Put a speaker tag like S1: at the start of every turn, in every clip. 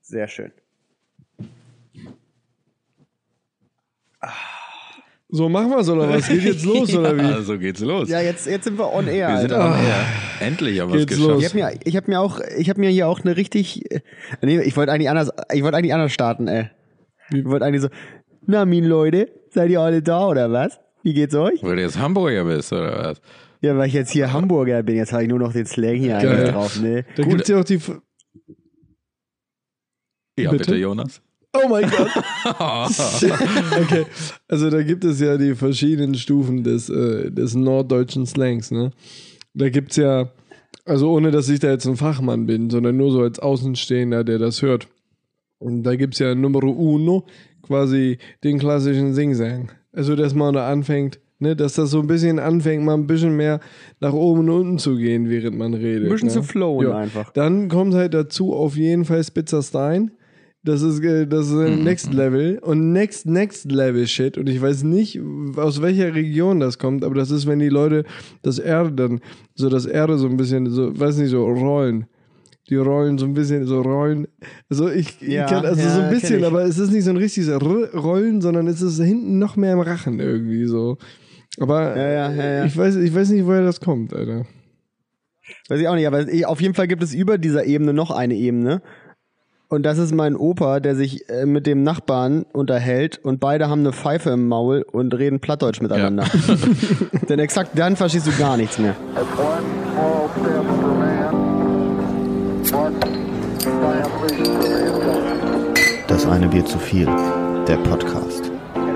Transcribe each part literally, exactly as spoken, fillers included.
S1: Sehr schön.
S2: So, machen wir es oder was? Geht jetzt los oder wie?
S3: Ja, so geht's los.
S1: Ja, jetzt, jetzt sind wir on air.
S3: Wir sind
S1: Alter.
S3: on air. Endlich haben wir es
S2: Geht's
S3: geschafft.
S2: los.
S1: Ich habe mir, ich habe mir auch, ich habe mir hier auch eine richtig, äh, nee, ich wollte eigentlich anders, ich wollte eigentlich anders starten, ey. Ich wollte eigentlich so, na, min Leute, seid ihr alle da oder was? Wie geht's euch?
S3: Weil du jetzt Hamburger bist, oder was?
S1: Ja, weil ich jetzt hier Hamburger bin, jetzt habe ich nur noch den Slang hier
S2: Geil.
S1: eigentlich drauf, ne?
S2: Da
S3: Gut.
S2: gibt's ja auch die... F-
S3: Ja,
S2: Bitte?
S3: bitte, Jonas.
S2: Oh mein Gott. Okay, also da gibt es ja die verschiedenen Stufen des, äh, des norddeutschen Slangs, ne? Da gibt's ja, also ohne, dass ich da jetzt ein Fachmann bin, sondern nur so als Außenstehender, der das hört. Und da gibt's ja Numero Uno, quasi den klassischen Singsang. Also, dass man da anfängt, ne, dass das so ein bisschen anfängt, mal ein bisschen mehr nach oben und unten zu gehen, während man redet.
S1: Ein bisschen
S2: ne?
S1: zu flowen
S2: Ja.
S1: einfach.
S2: Dann kommt halt dazu auf jeden Fall Spitzer Stein. Das ist, äh, das ist ein Next Level und Next, Next Level Shit. Und ich weiß nicht, aus welcher Region das kommt, aber das ist, wenn die Leute das Erde dann, so das Erde so ein bisschen, so, weiß nicht, so rollen. Die rollen so ein bisschen, so rollen. Also ich,
S1: Ja,
S2: ich kann, also
S1: ja,
S2: so ein
S1: kenn
S2: bisschen,
S1: ich.
S2: aber es ist nicht so ein richtiges R- Rollen, sondern es ist hinten noch mehr im Rachen irgendwie so. Aber
S1: Ja, ja, ja, ja.
S2: ich weiß, ich weiß nicht, woher das kommt, Alter.
S1: Weiß ich auch nicht, aber ich, auf jeden Fall gibt es über dieser Ebene noch eine Ebene. Und das ist mein Opa, der sich äh, mit dem Nachbarn unterhält und beide haben eine Pfeife im Maul und reden Plattdeutsch miteinander. Denn exakt dann verstehst du gar nichts mehr.
S4: That's one small step for man, one giant leap for mankind.
S5: Das eine Bier zu viel. Der Podcast.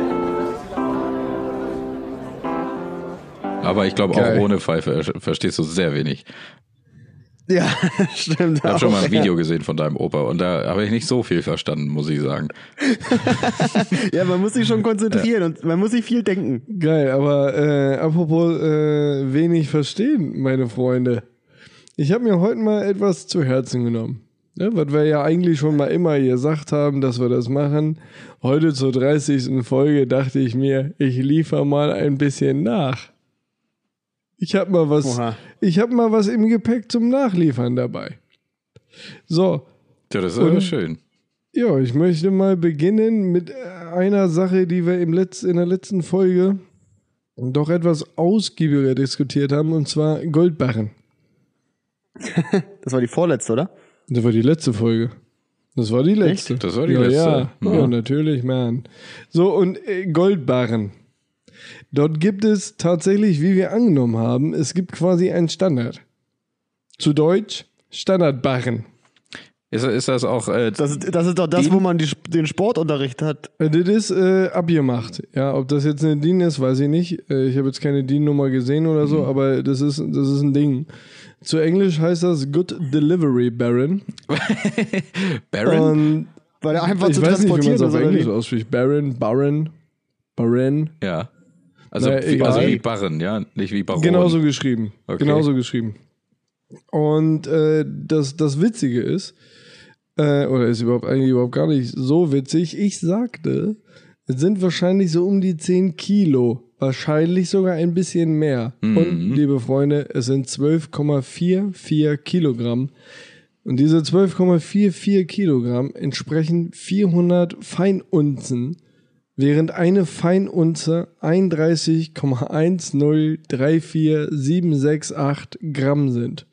S3: Aber ich glaube,
S2: Geil.
S3: auch ohne Pfeife verstehst du sehr wenig.
S1: Ja, stimmt.
S3: Ich habe schon mal ein
S1: auch,
S3: Video gesehen von deinem Opa und da habe ich nicht so viel verstanden, muss ich sagen.
S1: Ja, man muss sich schon konzentrieren und man muss sich viel denken.
S2: Geil, aber äh, apropos äh, wenig verstehen, meine Freunde. Ich habe mir heute mal etwas zu Herzen genommen. Ne, was wir ja eigentlich schon mal immer gesagt haben, dass wir das machen. Heute zur dreißigsten Folge dachte ich mir, ich liefere mal ein bisschen nach. Ich habe mal was,
S1: Oha.
S2: ich habe mal was im Gepäck zum Nachliefern dabei. So,
S3: Ja, das ist
S2: Und-
S3: aber schön.
S2: ja, ich möchte mal beginnen mit einer Sache, die wir im Letz-, in der letzten Folge doch etwas ausgiebiger diskutiert haben, und zwar Goldbarren.
S1: Das war die vorletzte, oder?
S2: Das war die letzte Folge. Das war die letzte.
S3: Das war die
S2: ja,
S3: letzte.
S2: Ja,
S3: Ja.
S2: ja, natürlich, man. So, und äh, Goldbarren. Dort gibt es tatsächlich, wie wir angenommen haben, es gibt quasi einen Standard. Zu Deutsch Standardbarren.
S3: Ist, ist das auch... Äh,
S1: Das ist, das ist doch das,
S3: Die-
S1: wo man die, den Sportunterricht hat.
S2: Äh, Das ist äh, abgemacht. Ja, ob das jetzt eine D I N ist, weiß ich nicht. Äh, ich habe jetzt keine D I N-Nummer gesehen oder so, aber das ist, das ist ein Ding. Zu Englisch heißt das Good Delivery Baron.
S3: Baron?
S2: Und
S1: Weil der einfach
S2: ich
S1: zu
S2: weiß nicht, wie man
S1: transportieren
S2: es auf
S1: ist, oder
S2: Englisch
S1: wie?
S2: ausspricht. Baron, Baron, Baron.
S3: Ja. Also,
S2: Na,
S3: wie,
S2: egal.
S3: also wie Barren, ja? Nicht wie Baron.
S2: Genauso geschrieben.
S3: Okay.
S2: Genauso geschrieben. Und äh, das, das Witzige ist, äh, oder ist überhaupt eigentlich überhaupt gar nicht so witzig, ich sagte, es sind wahrscheinlich so um die zehn Kilo. Wahrscheinlich sogar ein bisschen mehr.
S3: Mhm.
S2: Und, liebe Freunde, es sind zwölf Komma vierundvierzig Kilogramm. Und diese zwölf Komma vierundvierzig Kilogramm entsprechen vierhundert Feinunzen, während eine Feinunze einunddreißig Komma eins null drei vier sieben sechs acht Gramm sind.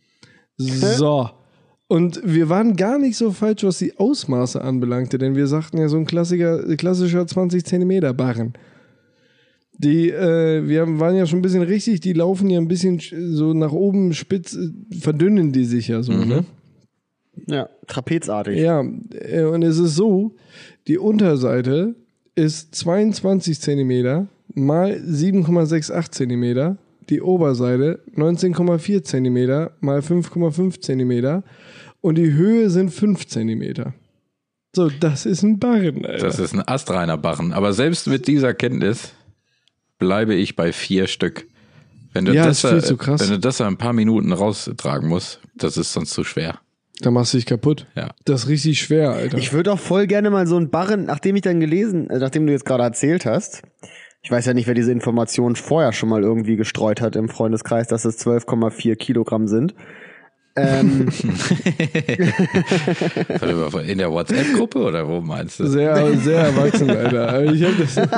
S2: So. Und wir waren gar nicht so falsch, was die Ausmaße anbelangte, denn wir sagten ja so ein klassischer, klassischer zwanzig Zentimeter Barren. Die, äh, wir waren ja schon ein bisschen richtig, die laufen ja ein bisschen so nach oben spitz, äh, verdünnen die sich ja so,
S3: Mhm.
S2: ne?
S1: Ja, trapezartig.
S2: Ja, äh, und es ist so, die Unterseite ist zweiundzwanzig Zentimeter mal sieben Komma achtundsechzig Zentimeter, die Oberseite neunzehn Komma vier Zentimeter mal fünf Komma fünf Zentimeter und die Höhe sind fünf Zentimeter. So, das ist ein Barren, Alter.
S3: Das ist ein astreiner Barren. Aber selbst mit dieser Kenntnis bleibe ich bei vier Stück. Wenn du,
S2: Ja,
S3: das,
S2: ist viel
S3: da-
S2: zu krass.
S3: wenn du das da ein paar Minuten raustragen musst, das ist sonst zu schwer.
S2: Da machst du dich kaputt.
S3: Ja.
S2: Das ist richtig schwer, Alter.
S1: Ich würde auch voll gerne mal so einen Barren, nachdem ich dann gelesen, äh, nachdem du jetzt gerade erzählt hast, ich weiß ja nicht, wer diese Information vorher schon mal irgendwie gestreut hat im Freundeskreis, dass es zwölf Komma vier Kilogramm sind. Ähm,
S3: In der WhatsApp-Gruppe oder wo meinst du?
S2: Sehr, sehr erwachsen, Alter. Aber ich hab das.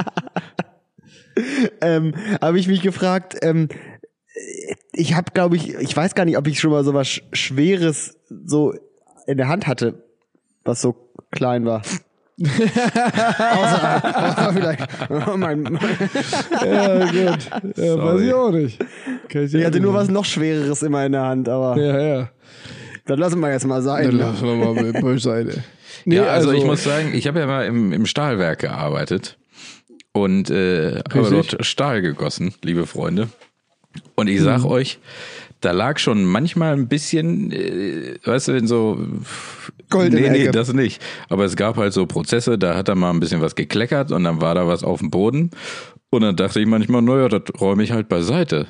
S1: ähm, habe ich mich gefragt, ähm, ich habe, glaube ich, ich weiß gar nicht, ob ich schon mal so was Sch- Schweres so in der Hand hatte, was so klein war. außer, außer vielleicht oh mein, mein
S2: Ja, gut. Ja, weiß ich auch nicht. Kann ich
S1: Ich hatte
S2: auch
S1: nur
S2: nicht.
S1: was noch Schwereres immer in der Hand, aber
S2: Ja, ja.
S1: das lassen wir jetzt mal sein.
S2: Dann
S1: Ne?
S2: lassen wir mal beiseite. Nee,
S3: Ja, also, ich muss sagen, ich habe ja mal im, im Stahlwerk gearbeitet und äh, habe
S2: Richtig.
S3: dort Stahl gegossen, liebe Freunde. Und ich sag euch, da lag schon manchmal ein bisschen, äh, weißt du, in so
S1: Gold in
S3: nee,
S1: der
S3: nee,
S1: Ecke.
S3: das nicht. Aber es gab halt so Prozesse, da hat er mal ein bisschen was gekleckert und dann war da was auf dem Boden. Und dann dachte ich manchmal, naja, das räume ich halt beiseite.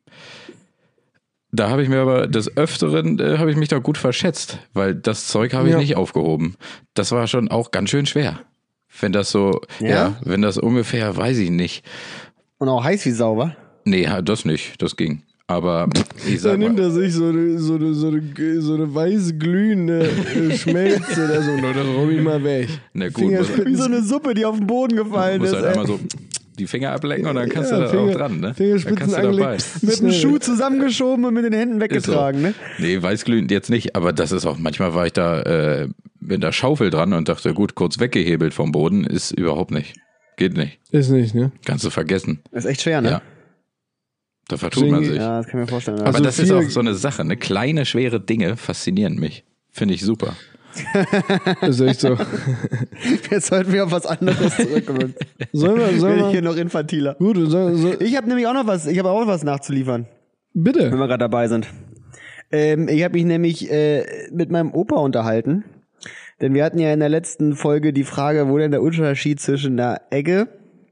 S3: Da habe ich mir aber des Öfteren, äh, habe ich mich da gut verschätzt, weil das Zeug habe ich
S2: Ja.
S3: nicht aufgehoben. Das war schon auch ganz schön schwer. Wenn das so, ja,
S1: Ja?
S3: wenn das ungefähr, weiß ich nicht.
S1: Und auch heiß wie sauber.
S3: Nee, das nicht, das ging. Aber ich
S2: Da
S3: sag
S2: nimmt
S3: mal,
S2: er sich so eine, so eine, so eine, so eine weiß glühende äh, Schmelze oder so. No, das räum ich mal weg.
S3: na gut, muss,
S1: Wie so eine Suppe, die auf den Boden gefallen
S3: muss
S1: ist.
S3: halt
S1: ey.
S3: einmal so die Finger ablecken und dann kannst
S2: Ja,
S3: du da
S2: Finger-
S3: auch dran, ne?
S2: Fingerspitzen
S3: Dann kannst du dabei.
S2: angelegt.
S1: Mit dem
S2: Schnell.
S1: Schuh zusammengeschoben und mit den Händen weggetragen, ne?
S3: Nee, weißglühend jetzt nicht, aber das ist auch, manchmal war ich da äh, mit der Schaufel dran und dachte, gut, kurz weggehebelt vom Boden, ist überhaupt nicht. Geht nicht.
S2: Ist nicht, ne?
S3: Kannst du vergessen.
S1: Ist echt schwer, ne?
S3: Ja. Da vertut man
S2: Deswegen-
S3: sich.
S1: Ja, das kann ich mir vorstellen.
S3: Aber
S2: Also
S3: das ist
S2: vier-
S3: auch so eine Sache, ne? Kleine, schwere Dinge faszinieren mich. Finde ich super.
S2: Ist echt so.
S1: Jetzt sollten wir auf was anderes zurückkommen.
S2: Sollen wir, sollen
S1: Bin ich hier
S2: wir?
S1: noch infantiler.
S2: Gut, soll, soll,
S1: Ich habe nämlich auch noch was, ich habe auch was nachzuliefern, wenn
S2: bitte.
S1: wir gerade dabei sind. Ähm, ich habe mich nämlich äh, mit meinem Opa unterhalten, denn wir hatten ja in der letzten Folge die Frage, wo denn der Unterschied zwischen einer Egge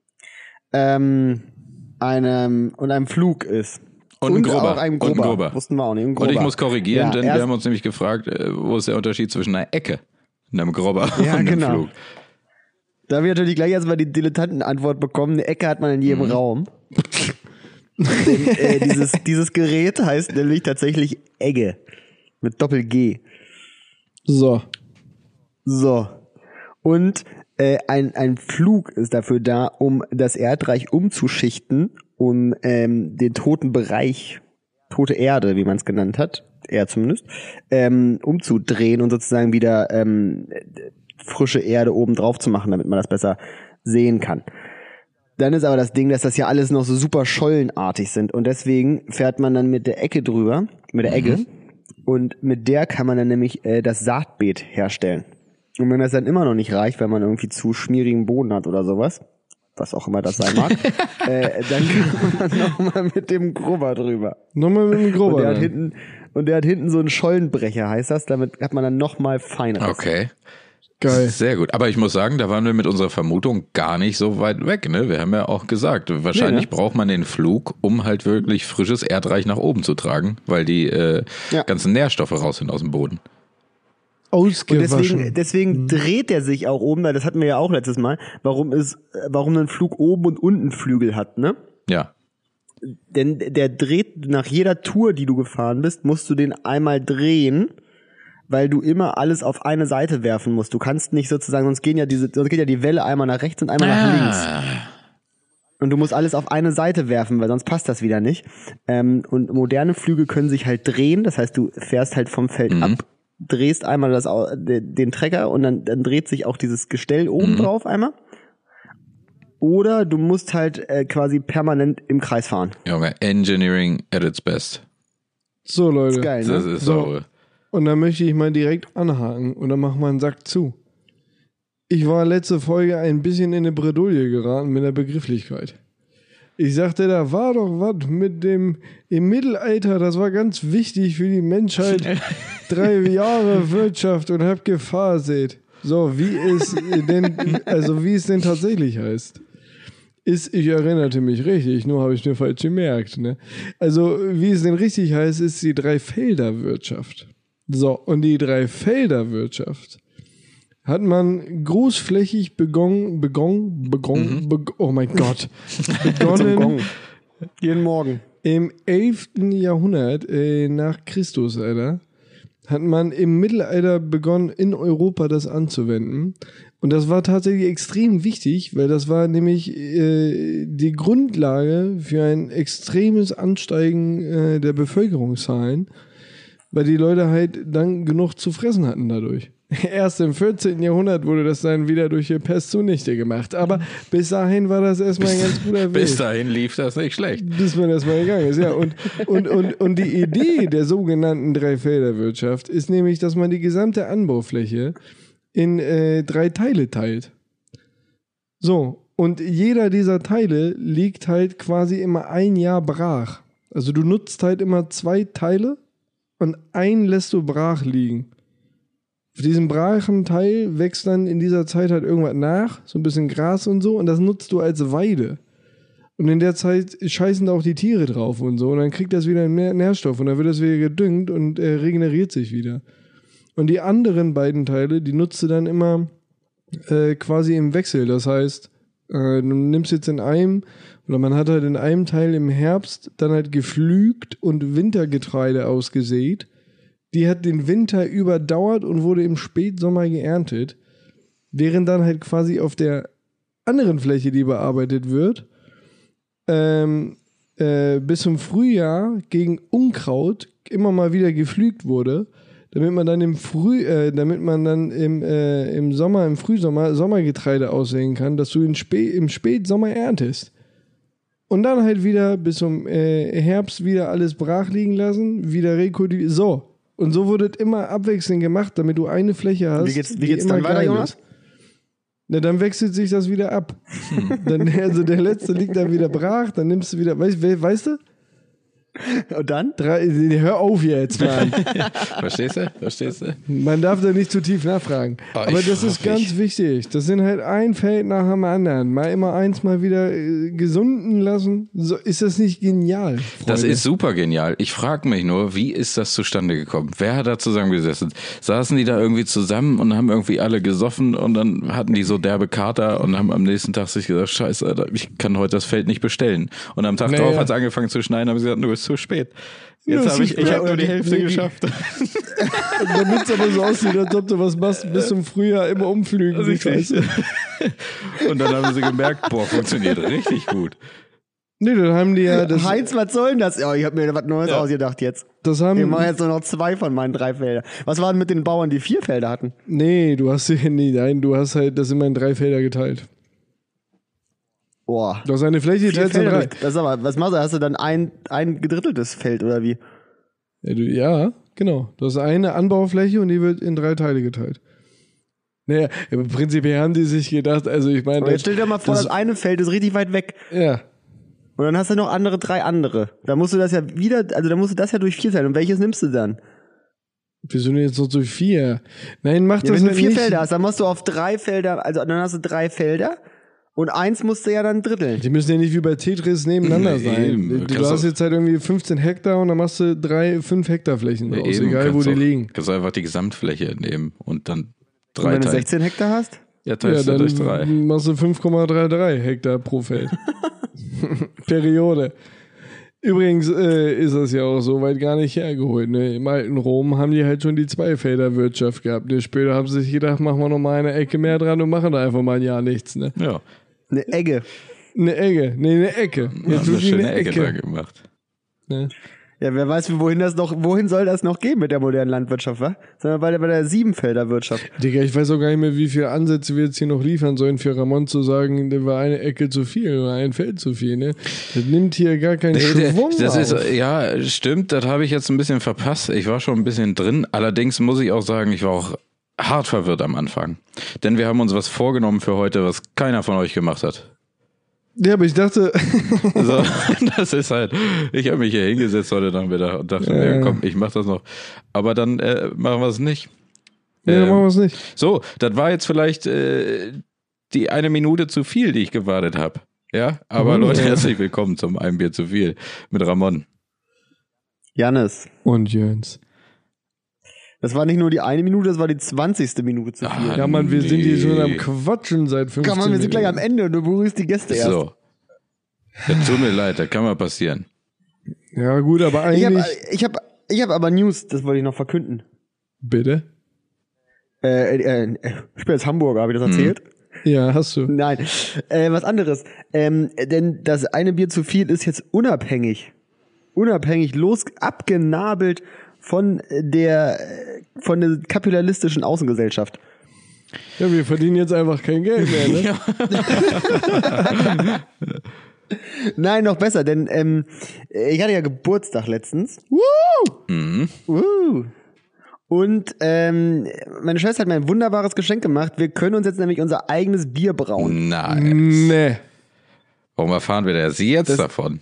S1: ähm, einem und einem Flug ist.
S3: Und ein Grubber.
S1: auch einem
S3: Und ein
S1: Grubber.
S3: Grubber.
S1: Wussten wir auch nicht. Ein
S3: Und
S1: Grubber.
S3: ich muss korrigieren,
S1: Ja,
S3: denn wir
S1: erst-
S3: haben uns nämlich gefragt, äh, wo ist der Unterschied zwischen einer Ecke, einem Grubber
S1: Ja,
S3: und einem
S1: genau.
S3: Flug.
S1: Da wir natürlich gleich erstmal die Dilettantenantwort bekommen, eine Ecke hat man in jedem Raum. Denn, äh, dieses, dieses Gerät heißt nämlich tatsächlich Egge. Mit Doppel-G.
S2: So.
S1: So. Und äh, ein, ein Flug ist dafür da, um das Erdreich umzuschichten, um ähm, den toten Bereich, tote Erde, wie man es genannt hat, er zumindest, ähm, umzudrehen und sozusagen wieder ähm, frische Erde oben drauf zu machen, damit man das besser sehen kann. Dann ist aber das Ding, dass das ja alles noch so super schollenartig sind und deswegen fährt man dann mit der Ecke drüber, mit der Egge, und mit der kann man dann nämlich äh, das Saatbeet herstellen. Und wenn das dann immer noch nicht reicht, weil man irgendwie zu schmierigen Boden hat oder sowas, was auch immer das sein mag, äh, dann kann man nochmal mit dem Grubber drüber.
S2: Nochmal mit dem
S1: Und
S2: Grubber.
S1: der hat
S2: dann.
S1: hinten, und der hat hinten so einen Schollenbrecher, heißt das, damit hat man dann nochmal feineres.
S3: Okay.
S2: Geil.
S3: Sehr gut. Aber ich muss sagen, da waren wir mit unserer Vermutung gar nicht so weit weg. Ne? Wir haben ja auch gesagt, wahrscheinlich
S1: Nee, ne?
S3: braucht man den Flug, um halt wirklich frisches Erdreich nach oben zu tragen, weil die äh,
S1: Ja.
S3: ganzen Nährstoffe raus sind aus dem Boden.
S1: Und
S2: Ausgewaschen.
S1: deswegen, deswegen dreht er sich auch oben, weil das hatten wir ja auch letztes Mal, warum ist, warum ein Flug oben und unten Flügel hat, ne?
S3: Ja.
S1: Denn der dreht nach jeder Tour, die du gefahren bist, musst du den einmal drehen, weil du immer alles auf eine Seite werfen musst. Du kannst nicht sozusagen, sonst gehen ja diese, sonst geht ja die Welle einmal nach rechts und einmal nach links. Und du musst alles auf eine Seite werfen, weil sonst passt das wieder nicht. Ähm, und moderne Flüge können sich halt drehen, das heißt, du fährst halt vom Feld ab, drehst einmal das, Au- den den Trecker und dann, dann dreht sich auch dieses Gestell oben drauf einmal. Oder du musst halt äh, quasi permanent im Kreis fahren.
S3: Junge, Engineering at its best.
S2: So, Leute.
S1: Geil, ne?
S3: Das ist
S2: So.
S3: so.
S2: Und dann möchte ich mal direkt anhaken und dann machen wir einen Sack zu. Ich war letzte Folge ein bisschen in eine Bredouille geraten mit der Begrifflichkeit. Ich sagte, da war doch was mit dem, im Mittelalter, das war ganz wichtig für die Menschheit, drei Jahre Wirtschaft und hab Gefahr seht. So, wie es denn, also wie es denn tatsächlich heißt. Ist, ich erinnerte mich richtig, nur habe ich mir falsch gemerkt. Ne? Also, wie es denn richtig heißt, ist die Dreifelderwirtschaft. So, und die Dreifelderwirtschaft hat man großflächig begonnen, begonnen, begonnen, beg oh mein Gott, begonnen,
S1: Gong. Jeden Morgen.
S2: Im elften Jahrhundert äh, nach Christus, Alter, hat man im Mittelalter begonnen, in Europa das anzuwenden. Und das war tatsächlich extrem wichtig, weil das war nämlich äh, die Grundlage für ein extremes Ansteigen äh, der Bevölkerungszahlen, weil die Leute halt dann genug zu fressen hatten dadurch. Erst im vierzehnten Jahrhundert wurde das dann wieder durch die Pest zunichte gemacht. Aber bis dahin war das erstmal ein ganz guter Weg.
S3: Bis dahin lief das nicht schlecht.
S2: Bis man erstmal gegangen ist, ja. Und, und, und, und die Idee der sogenannten Dreifelderwirtschaft ist nämlich, dass man die gesamte Anbaufläche in äh, drei Teile teilt. So, und jeder dieser Teile liegt halt quasi immer ein Jahr brach. Also du nutzt halt immer zwei Teile und einen lässt du brach liegen. Auf diesem brachen Teil wächst dann in dieser Zeit halt irgendwas nach, so ein bisschen Gras und so, und das nutzt du als Weide. Und in der Zeit scheißen da auch die Tiere drauf und so, und dann kriegt das wieder mehr Nährstoff und dann wird das wieder gedüngt und äh, regeneriert sich wieder. Und die anderen beiden Teile, die nutzt du dann immer äh, quasi im Wechsel. Das heißt, äh, du nimmst jetzt in einem, oder man hat halt in einem Teil im Herbst dann halt gepflügt und Wintergetreide ausgesät. Die hat den Winter überdauert und wurde im Spätsommer geerntet, während dann halt quasi auf der anderen Fläche, die bearbeitet wird, ähm, äh, bis zum Frühjahr gegen Unkraut immer mal wieder gepflügt wurde, damit man dann im Früh, äh, damit man dann im, äh, im Sommer, im Frühsommer Sommergetreide aussehen kann, dass du in Spä- im Spätsommer erntest. Und dann halt wieder bis zum äh, Herbst wieder alles brach liegen lassen, wieder rekultivieren. So. Und so wurde es immer abwechselnd gemacht, damit du eine Fläche hast.
S1: Wie geht's, wie geht's dann weiter, Jonas?
S2: Na, dann wechselt sich das wieder ab. Dann, also der letzte liegt dann wieder brach, dann nimmst du wieder, weißt, weißt du?
S1: Und dann?
S2: Drei, hör auf jetzt, Mann.
S3: Verstehst du? Verstehst du?
S2: Man darf da nicht zu tief nachfragen.
S3: Oh,
S2: Aber das ist ganz
S3: mich.
S2: wichtig. Das sind halt ein Feld nach dem anderen. Mal immer eins mal wieder äh, gesunden lassen. So, ist das nicht genial, Freunde?
S3: Das ist super genial. Ich frage mich nur, wie ist das zustande gekommen? Wer hat da zusammengesessen? Saßen die da irgendwie zusammen und haben irgendwie alle gesoffen und dann hatten die so derbe Kater und haben am nächsten Tag sich gesagt, scheiße, Alter, ich kann heute das Feld nicht bestellen. Und am Tag
S2: Naja.
S3: drauf hat es angefangen zu schneien, haben sie gesagt, du bist zu spät. Jetzt habe ich, ich habe nur die Hälfte geschafft.
S2: Damit es aber so aussieht, als ob du was machst, bis zum Frühjahr immer umflügen.
S3: Also
S2: die Scheiße.
S3: Und dann haben sie gemerkt, boah, funktioniert richtig gut.
S2: Nee, dann haben die ja das,
S1: Heinz, was soll denn das? Oh, ich habe mir was Neues
S3: Ja.
S1: ausgedacht jetzt.
S2: das
S1: Wir
S2: haben,
S1: machen jetzt nur noch zwei von meinen drei Feldern. Was war denn mit den Bauern, die vier Felder hatten?
S2: nee, du hast hier nie, nein, du hast halt das immer in drei Felder geteilt.
S1: Boah.
S2: Du hast eine Fläche
S1: Vier
S2: geteilt in
S1: Felder.
S2: drei.
S1: Das ist aber, was machst du? Hast du dann ein, ein gedritteltes Feld oder wie?
S2: Ja, du, ja, genau. Du hast eine Anbaufläche und die wird in drei Teile geteilt. Naja, im Prinzip haben die sich gedacht, also ich meine,
S1: Aber jetzt stell dir mal vor, das,
S2: das,
S1: eine Feld ist richtig weit weg.
S2: ja,
S1: Und dann hast du noch andere, drei andere. Da musst du das ja wieder, also da musst du das ja durch vier teilen. Und welches nimmst du dann?
S2: wieso denn jetzt noch so vier? Nein, mach
S1: Ja,
S2: das
S1: wenn du
S2: halt
S1: vier
S2: nicht.
S1: Felder hast, dann musst du auf drei Felder, also dann hast du drei Felder und eins musst du ja dann dritteln.
S2: Die müssen ja nicht wie bei Tetris nebeneinander
S3: Nee,
S2: sein.
S3: eben.
S2: Du,
S3: Kannst
S2: du hast
S3: du-
S2: jetzt halt irgendwie fünfzehn Hektar und dann machst du drei, fünf Hektar Flächen
S3: Ja,
S2: raus,
S3: eben,
S2: egal wo
S3: kannst
S2: die
S3: auch-
S2: liegen.
S3: Kannst du einfach die Gesamtfläche nehmen und dann
S1: Und
S3: drei
S1: wenn du
S3: teilen.
S1: sechzehn Hektar hast?
S3: Ja,
S2: Ja,
S3: teilst du durch
S2: dann
S3: drei.
S2: machst du fünf Komma dreiunddreißig Hektar pro Feld. Periode. Übrigens äh, ist das ja auch so weit gar nicht hergeholt. Ne? Im alten Rom haben die halt schon die Zweifelderwirtschaft gehabt. Ne? Später haben sie sich gedacht, machen wir noch mal eine Ecke mehr dran und machen da einfach mal ein Jahr nichts. Ne?
S3: Ja,
S1: Eine Egge.
S2: Eine Ecke, nee, eine Ecke.
S3: haben eine
S2: wirklich
S3: schöne Ecke da gemacht.
S2: Ne?
S1: Ja, wer weiß, wohin das noch, wohin soll das noch gehen mit der modernen Landwirtschaft, wa? Sondern bei der, bei der Siebenfelderwirtschaft.
S2: Digga, ich weiß auch gar nicht mehr, wie viele Ansätze wir jetzt hier noch liefern sollen für Ramon zu sagen, da war eine Ecke zu viel oder ein Feld zu viel. Ne? Das nimmt hier gar keinen
S3: Nee, der-
S2: Schwung
S3: das
S2: auf.
S3: ist, ja, stimmt, das habe ich jetzt ein bisschen verpasst. Ich war schon ein bisschen drin. Allerdings muss ich auch sagen, ich war auch hart verwirrt am Anfang. Denn wir haben uns was vorgenommen für heute, was keiner von euch gemacht hat.
S2: Ja, aber ich dachte,
S3: So, das ist halt, ich habe mich hier hingesetzt heute Nachmittag und dachte
S2: Ja,
S3: mir,
S2: ja.
S3: komm, ich mach das noch. Aber dann äh, machen wir es nicht.
S2: nee, dann
S3: Ähm,
S2: machen wir es nicht.
S3: So, das war jetzt vielleicht äh, die eine Minute zu viel, die ich gewartet habe. Ja, aber
S2: Mhm,
S3: Leute,
S2: ja.
S3: herzlich willkommen zum Ein Bier zu viel mit Ramon.
S1: Jannis.
S2: Und Jöns.
S1: Das war nicht nur die eine Minute, das war die zwanzigste Minute zu viel.
S3: Ah,
S2: Ja, Mann, wir sind hier
S3: nee.
S2: schon am Quatschen seit fünfzehn
S1: Komm, Mann, wir sind gleich am
S2: Minuten.
S1: Ende und du berührst die Gäste erst.
S3: So. Das tut mir leid, das kann mal passieren.
S2: Ja, gut, aber
S1: Ich
S2: eigentlich.
S1: habe ich hab, ich hab aber News, das wollte ich noch verkünden.
S2: Bitte?
S1: Äh, äh, ich bin jetzt Hamburger, habe ich das erzählt?
S2: Ja, hast du.
S1: Nein, äh, was anderes. Ähm, denn das eine Bier zu viel ist jetzt unabhängig. Unabhängig los, abgenabelt von der, von der kapitalistischen Außengesellschaft.
S2: Ja, wir verdienen jetzt einfach kein Geld mehr, ne?
S1: Nein, noch besser, denn ähm, ich hatte ja Geburtstag letztens. Woo!
S3: Mhm.
S1: Woo! Und ähm, meine Schwester hat mir ein wunderbares Geschenk gemacht. Wir können uns jetzt nämlich unser eigenes Bier brauen.
S3: Nein.
S2: Nee.
S3: Warum erfahren wir das jetzt
S1: Das-
S3: davon?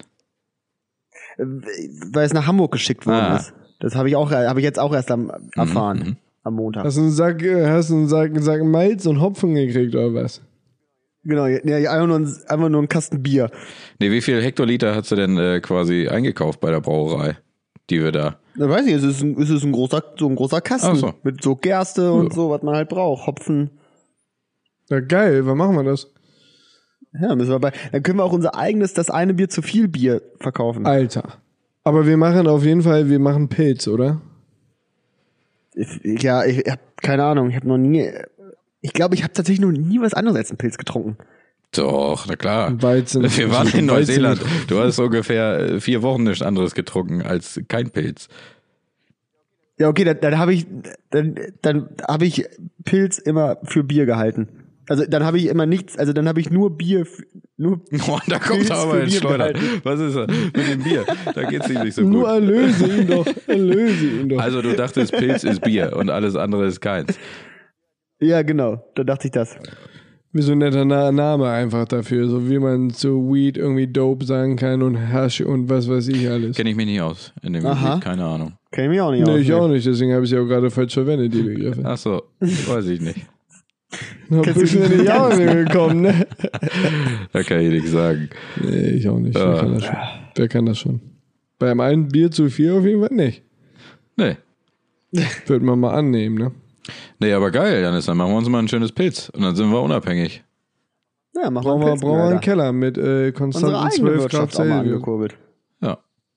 S1: Weil es nach Hamburg geschickt worden
S3: Ah.
S1: ist. Das habe ich auch, habe ich jetzt auch erst am, erfahren. Mhm. Am Montag.
S2: Hast du einen Sack, äh, hast du einen Sack, einen Sack Malz und Hopfen gekriegt, oder was?
S1: Genau, ja, einfach nur, ein, einfach nur ein Kasten Bier.
S3: Nee, wie viel Hektoliter hast du denn äh, quasi eingekauft bei der Brauerei, die wir da?
S1: Da weiß ich, es ist ein, es ist ein großer, so ein großer Kasten.
S3: Ach so.
S1: Mit so Gerste und so, was man halt braucht. Hopfen.
S2: Ja, geil, wann machen wir das?
S1: Ja, müssen wir bei, dann können wir auch unser eigenes, das eine Bier zu viel Bier verkaufen.
S2: Alter. Aber wir machen auf jeden Fall, wir machen Pilz, oder?
S1: Ich, ja, ich hab keine Ahnung, ich habe noch nie, ich glaube, ich habe tatsächlich noch nie was anderes als einen Pilz getrunken.
S3: Doch, na klar.
S2: Weizen.
S3: Wir waren in
S2: Weizen-
S3: Neuseeland. Du hast ungefähr äh, vier Wochen nichts anderes getrunken als kein Pilz.
S1: Ja, okay, dann, dann habe ich, dann, dann habe ich Pilz immer für Bier gehalten. Also dann habe ich immer nichts, also dann habe ich nur Bier, f- nur
S3: Oh, da kommt
S1: Pilz
S3: er aber
S1: für
S3: ins
S1: Bier
S3: Schleudern.
S1: gehalten.
S3: Was ist das mit dem Bier? Da geht's ihm nicht so
S2: Nur
S3: gut.
S2: erlöse ihn doch, erlöse ihn doch.
S3: Also du dachtest, Pilz ist Bier und alles andere ist keins.
S1: Ja, genau, da dachte ich das.
S2: Wie so ein netter Na- Name einfach dafür, so wie man zu Weed irgendwie Dope sagen kann und Hash und was weiß ich alles.
S3: Kenne ich mich nicht aus in dem
S1: Aha.
S3: Gebiet, keine Ahnung.
S1: Kenn ich mich auch nicht
S2: Nee,
S1: aus.
S2: ich
S1: ne?
S2: auch nicht, deswegen habe ich sie auch gerade falsch verwendet, die Begriffe.
S3: Ach so, weiß ich nicht.
S2: Da
S1: Kennst
S2: bist
S1: du
S2: du
S1: die
S2: nicht auch
S1: ganz?
S2: nicht gekommen, ne?
S3: Da kann ich nichts sagen.
S2: Nee, ich auch nicht.
S3: Ja.
S2: Wer, kann das schon? Wer kann das schon? Beim einen Bier zu viel auf jeden Fall nicht.
S3: Nee.
S2: Würde man mal annehmen, ne?
S3: Nee, aber geil, Janis, dann machen wir uns mal ein schönes Pilz und dann sind wir unabhängig.
S1: Ja, machen
S2: Brauchen
S1: wir
S2: wir,
S1: einen Pilz,
S2: brauchen wir einen
S1: Alter.
S2: Keller mit äh,
S1: Unsere
S2: konstanten
S1: eigene
S2: zwölf Grad
S1: Wirtschaft auch mal
S2: Celsius.
S1: angekurbelt.
S3: Ja.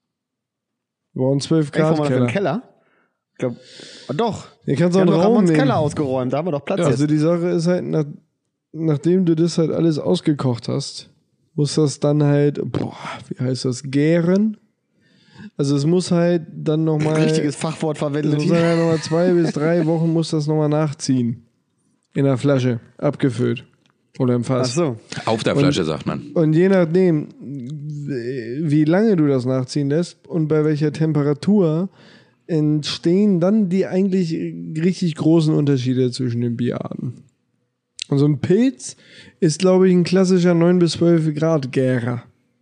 S2: Wir brauchen zwölf
S1: Ey,
S2: Grad
S1: wollen wir noch im
S2: Keller.
S1: Keller? Ich glaub, oh, doch.
S2: Hier kannst
S1: Wir
S2: du auch
S1: haben
S2: einen
S1: doch
S2: Raum
S1: Ramons
S2: nehmen.
S1: Keller ausgeräumt, da haben wir doch Platz
S2: Ja, also
S1: jetzt.
S2: die Sache ist halt, nach, nachdem du das halt alles ausgekocht hast, muss das dann halt, boah, wie heißt das, gären? Also es muss halt dann nochmal,
S1: Richtiges Fachwort
S2: es
S1: verwendet
S2: muss
S1: hier.
S2: halt nochmal zwei bis drei Wochen muss das nochmal nachziehen. In der Flasche, abgefüllt. Oder im
S1: Ach
S2: Fass.
S1: so.
S3: Auf der Flasche, sagt man.
S2: Und je nachdem, wie lange du das nachziehen lässt und bei welcher Temperatur, entstehen dann die eigentlich richtig großen Unterschiede zwischen den Bierarten. Und so ein Pilz ist, glaube ich, ein klassischer neun bis zwölf Grad Gärer.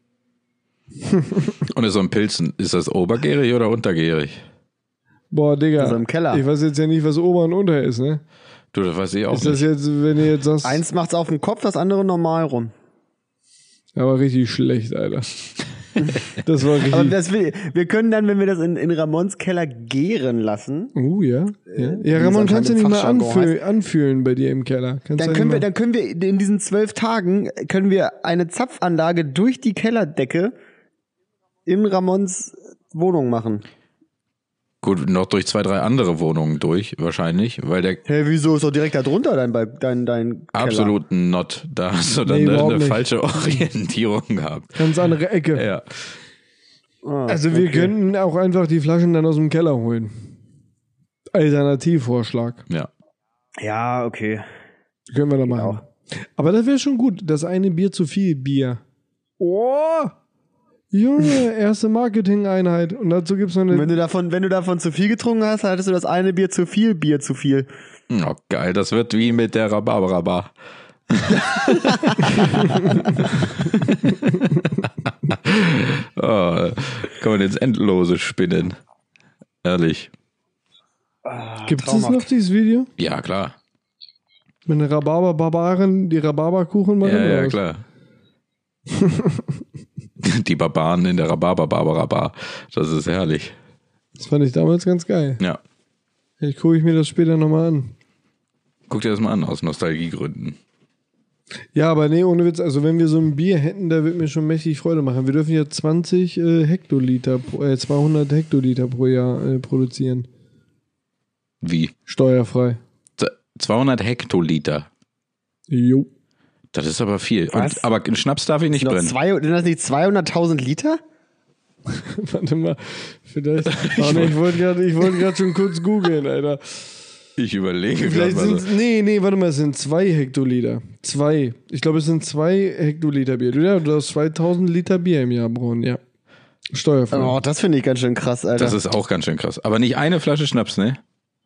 S3: Und ist so ein Pilz, ist das obergärig oder untergärig?
S2: Boah, Digga.
S1: Also im Keller.
S2: Ich weiß jetzt ja nicht, was Ober und Unter ist, ne?
S3: Du, das weiß ich auch
S2: Ist das
S3: nicht.
S2: jetzt, wenn ihr jetzt sagst,
S1: Eins macht's auf dem Kopf, das andere normal rum.
S2: aber richtig schlecht, Alter. Das war
S1: Aber
S2: richtig.
S1: das will, wir können dann, wenn wir das in, in Ramons Keller gären lassen,
S2: Uh, ja. Ja, ja
S1: wie es
S2: Ramon,
S1: anscheinend
S2: kannst du
S1: im
S2: nicht mal
S1: Fachjargon
S2: anfühl, anfühlen bei dir im Keller? Kannst
S1: dann
S2: du
S1: können
S2: nicht
S1: wir,
S2: mal-
S1: dann können wir in diesen zwölf Tagen können wir eine Zapfanlage durch die Kellerdecke in Ramons Wohnung machen.
S3: Gut, noch durch zwei, drei andere Wohnungen durch, wahrscheinlich, weil der
S1: Hä, wieso ist doch direkt da drunter dein, bei- dein, dein Keller?
S3: absolut not, da hast du dann
S2: Nee,
S3: eine,
S2: überhaupt
S3: eine
S2: nicht.
S3: falsche Orientierung gehabt.
S2: Ganz andere Ecke.
S3: Ja.
S1: Ah,
S2: Also wir
S1: okay.
S2: könnten auch einfach die Flaschen dann aus dem Keller holen. Alternativvorschlag.
S3: Ja.
S1: Ja, okay.
S2: Können wir da machen.
S1: auch.
S2: Aber das wäre schon gut. Das eine Bier zu viel Bier. Oh! Junge, erste Marketing-Einheit. Und dazu gibt's noch
S1: Und wenn
S2: eine.
S1: du davon, wenn du davon zu viel getrunken hast, hattest du das eine Bier zu viel, Bier zu viel.
S3: Oh, geil, das wird wie mit der Rhabarber-Bar. Oh, kann man ins Endlose spinnen. Ehrlich.
S2: Gibt's das
S1: traumhaft.
S2: noch, dieses Video?
S3: Ja, klar.
S2: Mit den Rhabarber-Barbaren, die Rhabarberkuchen machen?
S3: Ja,
S2: oder
S3: ja,
S2: was?
S3: klar. Die Barbaren in der Rhabarber-Barbara-Bar. Das ist herrlich.
S2: Das fand ich damals ganz geil.
S3: Ja.
S2: Vielleicht gucke ich mir das später nochmal an.
S3: Guck dir das mal an, aus Nostalgiegründen.
S2: Ja, aber nee, ohne Witz, also wenn wir so ein Bier hätten, da würde mir schon mächtig Freude machen. Wir dürfen ja zwanzig äh, Hektoliter, äh, zweihundert Hektoliter pro Jahr äh, produzieren.
S3: Wie?
S2: Steuerfrei.
S3: zweihundert Hektoliter.
S2: Jo.
S3: Das ist aber viel.
S1: Was?
S3: Und, aber Schnaps darf ich nicht
S1: Sind,
S3: brennen.
S1: zwei, sind das nicht zweihunderttausend Liter?
S2: Warte mal, vielleicht. Oh, nee, ich wollte gerade ich wollte gerade schon kurz googeln, Alter.
S3: Ich überlege
S2: Vielleicht
S3: gerade mal.
S2: sind nee, nee, warte mal, es sind zwei Hektoliter. Zwei. Ich glaube, es sind zwei Hektoliter Bier. Ja, du darfst zweitausend Liter Bier im Jahr brauen, ja. Steuerfrei.
S1: Oh, das finde ich ganz schön krass, Alter.
S3: Das ist auch ganz schön krass. Aber nicht eine Flasche Schnaps, ne?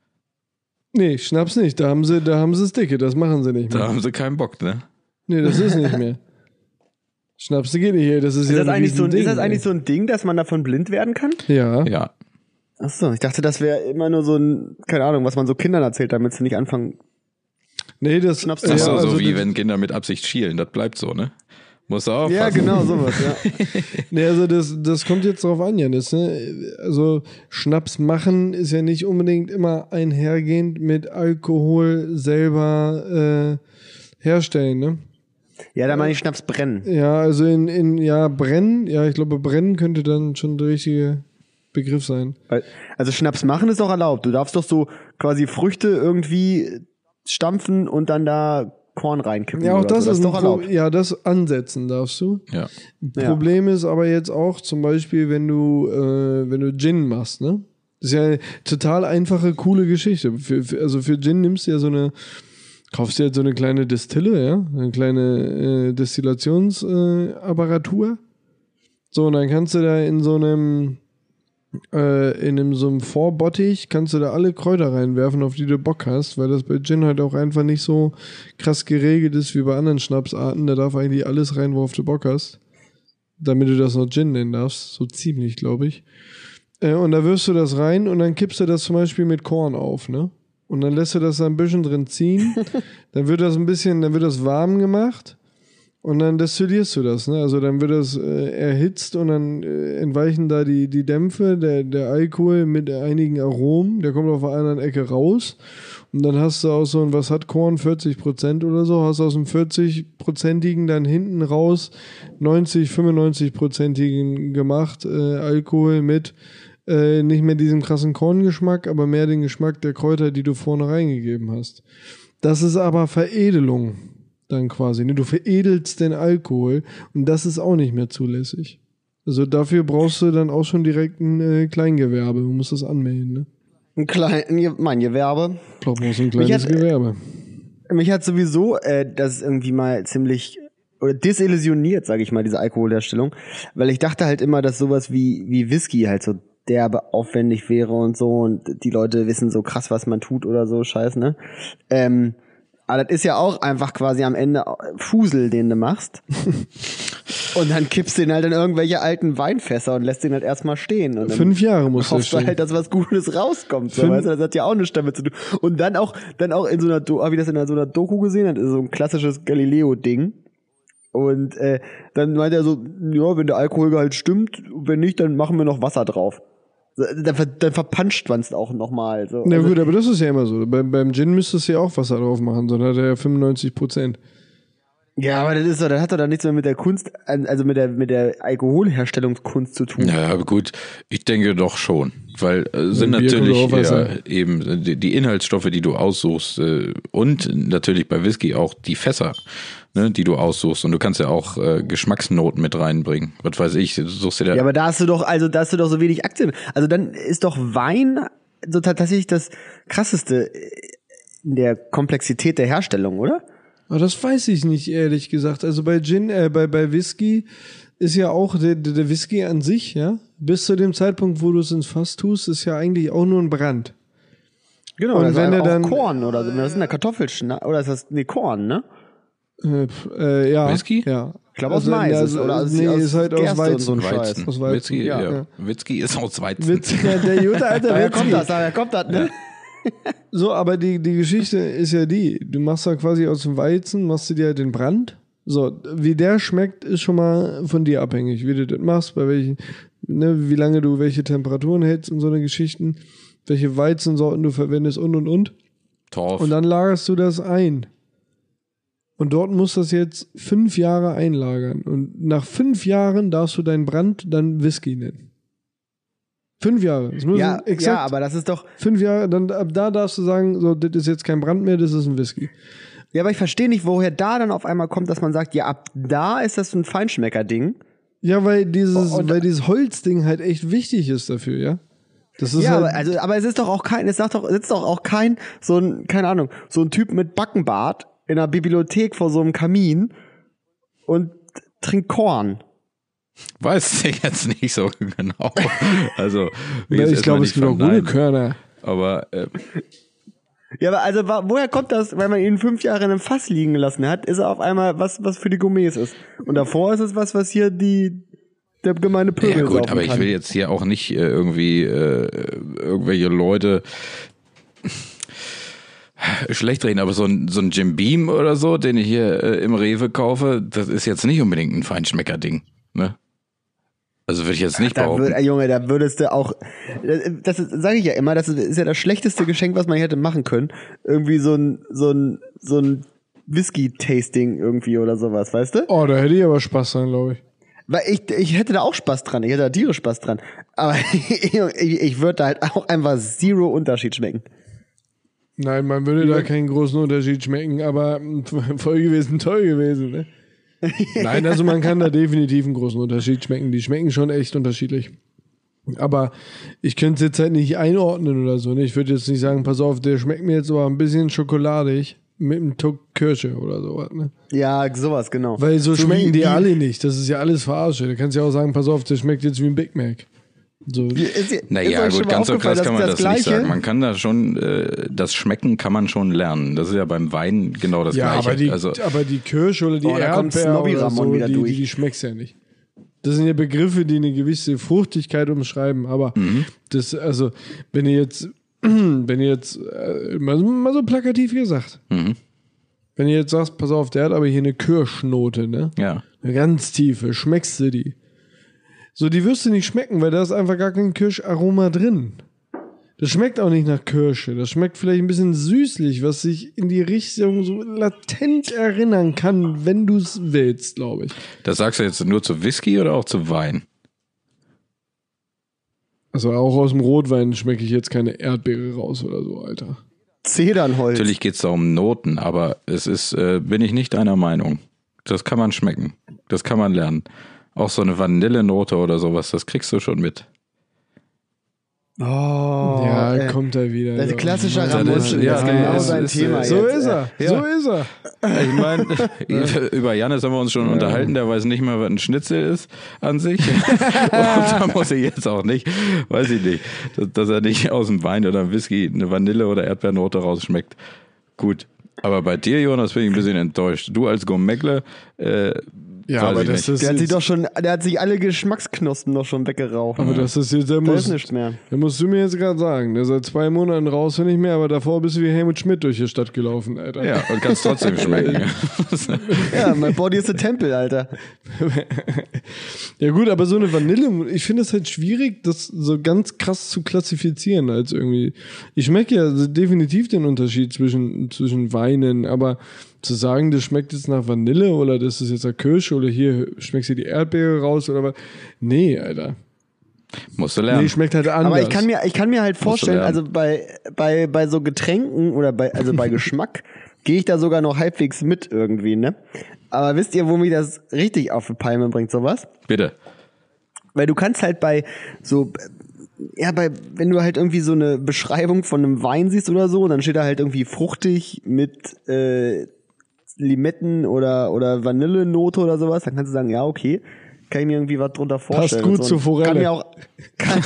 S2: Nee, Schnaps nicht. Da haben sie, da haben sie es dicke. Das machen sie nicht mehr.
S3: Da haben sie keinen Bock, ne?
S2: Nee, das ist nicht mehr. Schnaps geht nicht, ey. Das ist,
S1: ist,
S2: ja
S1: das
S2: ein
S1: eigentlich so,
S2: Riesending,
S1: ist das eigentlich
S2: ey.
S1: so ein Ding, dass man davon blind werden kann?
S2: Ja.
S3: Ja.
S1: Achso, ich dachte, das wäre immer nur so ein, keine Ahnung, was man so Kindern erzählt, damit sie nicht anfangen.
S2: Nee, das
S1: Schnaps
S3: Das ist
S1: Ja,
S3: so,
S2: also
S3: so wie
S2: das,
S3: wenn Kinder mit Absicht schielen. Das bleibt so, ne? Muss du aufpassen.
S1: Ja, genau, sowas, ja.
S2: Nee, also das, das kommt jetzt drauf an, Janis. Ne? Also Schnaps machen ist ja nicht unbedingt immer einhergehend mit Alkohol selber äh, herstellen, ne?
S1: Ja, da meine ich Schnaps brennen.
S2: Ja, also in, in ja, brennen, ja, ich glaube, brennen könnte dann schon der richtige Begriff sein.
S1: Weil- Also Schnaps machen ist doch erlaubt. Du darfst doch so quasi Früchte irgendwie stampfen und dann da Korn reinkippen.
S2: Ja, auch
S1: oder
S2: das
S1: so.
S2: ist,
S1: doch
S2: ein Pro-
S1: erlaubt.
S2: ja, das ansetzen darfst du.
S3: Ja.
S1: Ja.
S2: Problem ist aber jetzt auch zum Beispiel, wenn du, äh, wenn du Gin machst, ne? Das ist ja eine total einfache, coole Geschichte. Für, für, also für Gin nimmst du ja so eine, kaufst du jetzt so eine kleine Distille, ja? Eine kleine äh, Destillationsapparatur. Äh, so, und dann kannst du da in so einem äh, in einem, so einem Vorbottich kannst du da alle Kräuter reinwerfen, auf die du Bock hast, weil das bei Gin halt auch einfach nicht so krass geregelt ist wie bei anderen Schnapsarten. Da darf eigentlich alles rein, worauf du Bock hast. Damit du das noch Gin nennen darfst. So ziemlich, glaube ich. Äh, und da wirfst du das rein und dann kippst du das zum Beispiel mit Korn auf, ne? Und dann lässt du das da ein bisschen drin ziehen. Dann wird das ein bisschen, dann wird das warm gemacht. Und dann destillierst du das, ne? Also dann wird das äh, erhitzt und dann äh, entweichen da die, die Dämpfe, der, der Alkohol mit einigen Aromen, der kommt auf der anderen Ecke raus. Und dann hast du aus so ein, was hat Korn, vierzig Prozent oder so, hast aus dem vierzig-prozentigen dann hinten raus neunzig, fünfundneunzig-prozentigen gemacht, äh, Alkohol mit äh, nicht mehr diesem krassen Korngeschmack, aber mehr den Geschmack der Kräuter, die du vorne reingegeben hast. Das ist aber Veredelung. Dann quasi, ne? Du veredelst den Alkohol und das ist auch nicht mehr zulässig. Also dafür brauchst du dann auch schon direkt ein äh, Kleingewerbe. Du musst das anmelden, ne?
S1: Ein klein, mein Gewerbe.
S2: Ich glaube, du brauchst ein kleines
S1: Mich hat-
S2: Gewerbe.
S1: Mich hat sowieso äh, das irgendwie mal ziemlich oder desillusioniert, sage ich mal, diese Alkoholherstellung, weil ich dachte halt immer, dass sowas wie wie Whisky halt so derbe aufwendig wäre und so und die Leute wissen so krass, was man tut oder so, scheiß, ne? Ähm, aber das ist ja auch einfach quasi am Ende Fusel, den du machst. Und dann kippst du den halt in irgendwelche alten Weinfässer und lässt den halt erstmal stehen. Und dann
S2: Fünf Jahre muss der
S1: hoffst du
S2: stehen.
S1: halt, dass was Gutes rauskommt. So,
S2: Fünf-
S1: weißt du? Das hat ja auch nichts damit zu tun. Und dann auch, dann auch in so einer, Do- hab ich das in so einer Doku gesehen, das ist so ein klassisches Galileo-Ding. Und äh, dann meint er so, ja, wenn der Alkoholgehalt stimmt, wenn nicht, dann machen wir noch Wasser drauf. So, Dann, ver dann verpanscht man es auch nochmal. So.
S2: Na
S1: Also,
S2: gut, aber das ist ja immer so. Beim, beim Gin müsstest du ja auch Wasser drauf machen, sondern hat er ja fünfundneunzig Prozent.
S1: ja, aber das ist doch, das hat doch dann nichts mehr mit der Kunst, also mit der mit der Alkoholherstellungskunst zu tun.
S3: Ja, aber gut, ich denke doch schon, weil äh, sind
S2: Bier
S3: natürlich
S2: kommt auch Wasser.
S3: eher eben die, die Inhaltsstoffe, die du aussuchst äh, und natürlich bei Whisky auch die Fässer, ne, die du aussuchst und du kannst ja auch äh, Geschmacksnoten mit reinbringen. Was weiß ich, du suchst dir da
S1: Ja, aber da hast du doch, also da hast du doch so wenig Aktien. Also dann ist doch Wein so tatsächlich das krasseste in der Komplexität der Herstellung, oder?
S2: Aber das weiß ich nicht, ehrlich gesagt. Also bei Gin, äh, bei, bei Whisky ist ja auch der, der der Whisky an sich, ja, bis zu dem Zeitpunkt, wo du es ins Fass tust, ist ja eigentlich auch nur ein Brand.
S1: Genau,
S2: Und
S1: also
S2: wenn er
S1: auch
S2: dann-
S1: Korn oder so, das sind ja Kartoffelschna oder ist das nee Korn, ne?
S2: Äh, pf, äh, ja.
S3: Whisky?
S2: Ja.
S1: Ich glaube aus Mais
S2: ja,
S1: ist, oder aus,
S2: nee,
S1: aus
S2: ist halt aus
S1: Gerste und
S2: Weizen.
S1: so ein
S3: Weizen.
S1: Scheiß.
S2: Aus Weizen,
S3: Whisky,
S2: ja,
S3: ja.
S2: ja.
S3: Whisky ist aus Weizen.
S2: Witz, ja, der gute alte
S1: Daher kommt
S2: Whisky.
S1: das, daher kommt das, ne?
S2: So, aber die, die Geschichte ist ja die, du machst da quasi aus dem Weizen, machst du dir halt den Brand. So, wie der schmeckt, ist schon mal von dir abhängig, wie du das machst, bei welchen, ne, wie lange du welche Temperaturen hältst und so eine Geschichten, welche Weizensorten du verwendest und und und.
S3: Torf.
S2: Und dann lagerst du das ein. und dort muss das jetzt fünf Jahre einlagern. Und nach fünf Jahren darfst du deinen Brand dann Whisky nennen. Fünf Jahre. Das müssen
S1: Ja,
S2: exakt
S1: ja, aber das ist doch.
S2: fünf Jahre, dann ab da darfst du sagen, so, das ist jetzt kein Brand mehr, das ist ein Whisky.
S1: Ja, aber ich verstehe nicht, woher da dann auf einmal kommt, dass man sagt, ja, ab da ist das ein Feinschmecker-Ding.
S2: Ja, weil dieses,
S1: Und-
S2: weil dieses Holzding halt echt wichtig ist dafür, ja. Das ist
S1: Ja,
S2: halt,
S1: aber, also, aber es ist doch auch kein, es sagt doch, sitzt doch auch kein, so ein, keine Ahnung, so ein Typ mit Backenbart in einer Bibliothek vor so einem Kamin und trinkt Korn.
S3: Weiß ich jetzt nicht so genau. Also,
S2: ja, ich glaube, es gibt auch gute Körner.
S3: Aber äh,
S1: Ja, aber also wa- woher kommt das, weil man ihn fünf Jahre in einem Fass liegen gelassen hat, ist er auf einmal was, was für die Gourmets ist. Und davor ist es was, was hier die der gemeine Pöbel
S3: ja gut,
S1: saufen
S3: aber ich
S1: kann.
S3: will jetzt hier auch nicht äh, irgendwie äh, irgendwelche Leute schlecht reden, aber so ein, so ein Jim Beam oder so, den ich hier äh, im Rewe kaufe, das ist jetzt nicht unbedingt ein Feinschmecker-Ding, ne? Also würde ich jetzt nicht
S1: Da
S3: behaupten.
S1: würd, äh, Junge, da würdest du auch, das sage ich ja immer, das ist ja das schlechteste Geschenk, was man hätte machen können. Irgendwie so ein, so ein, so ein Whisky-Tasting irgendwie oder sowas, weißt du?
S2: Oh, da hätte ich aber Spaß dran, glaube ich.
S1: Weil ich, ich hätte da auch Spaß dran, ich hätte da tierisch Spaß dran. Aber ich, ich würde da halt auch einfach zero Unterschied schmecken.
S2: Nein, man würde da keinen großen Unterschied schmecken, aber voll gewesen, toll gewesen, ne? Nein, also man kann da definitiv einen großen Unterschied schmecken. Die schmecken schon echt unterschiedlich. Aber ich könnte es jetzt halt nicht einordnen oder so. Ne? Ich würde jetzt nicht sagen, pass auf, der schmeckt mir jetzt aber ein bisschen schokoladig mit einem Tuck Kirsche oder sowas. Ne?
S1: Ja, sowas, genau.
S2: Weil so,
S1: So
S2: schmecken
S1: wie-
S2: die
S1: wie-
S2: alle nicht. Das ist ja alles Verarsche. Da kannst du ja auch sagen, pass auf, der schmeckt jetzt wie ein Big Mac. So.
S1: Ist, ist
S3: Naja,
S1: euch schon
S3: gut,
S1: mal
S3: ganz so
S1: aufgefallen,
S3: krass kann man
S1: dass
S3: das,
S1: das
S3: nicht
S1: Gleiche?
S3: sagen. Man kann da schon, äh, das Schmecken kann man schon lernen. Das ist ja beim Wein genau das
S2: Ja,
S3: Gleiche.
S2: aber die,
S3: also,
S2: aber die Kirsche oder die
S1: Oh, da kommt
S2: Erdbeer
S1: Snobby
S2: oder
S1: Ramon
S2: so,
S1: wieder
S2: die,
S1: durch.
S2: die, die schmeckst ja nicht. Das sind ja Begriffe, die eine gewisse Fruchtigkeit umschreiben. Aber
S3: Mhm.
S2: das, also, wenn ihr jetzt, wenn ihr jetzt, äh, mal, mal so plakativ gesagt,
S3: mhm.
S2: wenn ihr jetzt sagst, pass auf, der hat aber hier eine Kirschnote, ne?
S3: ja.
S2: Eine ganz tiefe, schmeckst du die? So, die wirst du nicht schmecken, weil da ist einfach gar kein Kirscharoma drin. Das schmeckt auch nicht nach Kirsche. Das schmeckt vielleicht ein bisschen süßlich, was sich in die Richtung so latent erinnern kann, wenn du es willst, glaube ich.
S3: Das sagst du jetzt nur zu Whisky oder auch zu Wein?
S2: Also auch aus dem Rotwein schmecke ich jetzt keine Erdbeere raus oder so, Alter.
S1: Zedernholz.
S3: Natürlich geht's da um Noten, aber es ist, äh, bin ich nicht deiner Meinung. Das kann man schmecken. Das kann man lernen. Auch so eine Vanillenote oder sowas, das kriegst du schon mit.
S1: Oh,
S2: ja,
S1: äh,
S2: kommt er wieder.
S1: das ist
S2: ja.
S1: klassischer
S3: Das
S1: Ramon,
S3: ist-
S1: das
S3: ja,
S1: ist
S3: nee,
S1: genau
S3: es
S1: sein
S3: ist,
S1: Thema
S3: äh,
S2: So
S1: jetzt.
S2: ist er,
S3: Ja.
S2: so ist er.
S3: Ich meine, über Jannis haben wir uns schon unterhalten, der weiß nicht mal, was ein Schnitzel ist an sich. Und da muss ich jetzt auch nicht, weiß ich nicht, dass, dass er nicht aus dem Wein oder dem Whisky eine Vanille- oder Erdbeernote rausschmeckt. Gut. Aber bei dir, Jonas, bin ich ein bisschen enttäuscht. Du als Gourmetle, äh,
S2: Ja,
S3: weiß
S2: aber
S3: ich
S2: das
S3: nicht.
S2: ist
S1: Der hat sich
S2: jetzt,
S1: doch schon, der hat sich alle Geschmacksknospen noch schon weggeraucht.
S2: aber das ist jetzt, da
S1: Da
S2: muss,
S1: ist nichts mehr.
S2: da musst du mir jetzt gerade sagen, der seit zwei Monaten raus und nicht mehr, aber davor bist du wie Helmut Schmidt durch die Stadt gelaufen, Alter.
S3: Ja, und kannst trotzdem schmecken.
S1: Ja, mein Body is a Temple, Alter.
S2: Ja gut, aber so eine Vanille, ich finde es halt schwierig, das so ganz krass zu klassifizieren als irgendwie. Ich schmecke ja definitiv den Unterschied zwischen, zwischen Weinen, aber zu sagen, das schmeckt jetzt nach Vanille oder das ist jetzt nach Kirsche oder hier schmeckst du die Erdbeere raus oder was. Nee, Alter.
S3: Musst du lernen.
S2: Nee, schmeckt halt anders.
S1: Aber ich kann mir, ich kann mir halt vorstellen,
S3: lernen.
S1: also bei, bei, bei so Getränken oder bei, also bei Geschmack gehe ich da sogar noch halbwegs mit irgendwie, ne? Aber wisst ihr, wo mich das richtig auf die Palme bringt, sowas?
S3: Bitte.
S1: Weil du kannst halt bei so, ja, bei, wenn du halt irgendwie so eine Beschreibung von einem Wein siehst oder so, dann steht da halt irgendwie fruchtig mit äh, Limetten oder, oder Vanillenote oder sowas, dann kannst du sagen, ja, okay, kann ich mir irgendwie was drunter vorstellen.
S2: gut
S1: und so.
S2: zur Forelle.
S1: Kann mir auch, kann,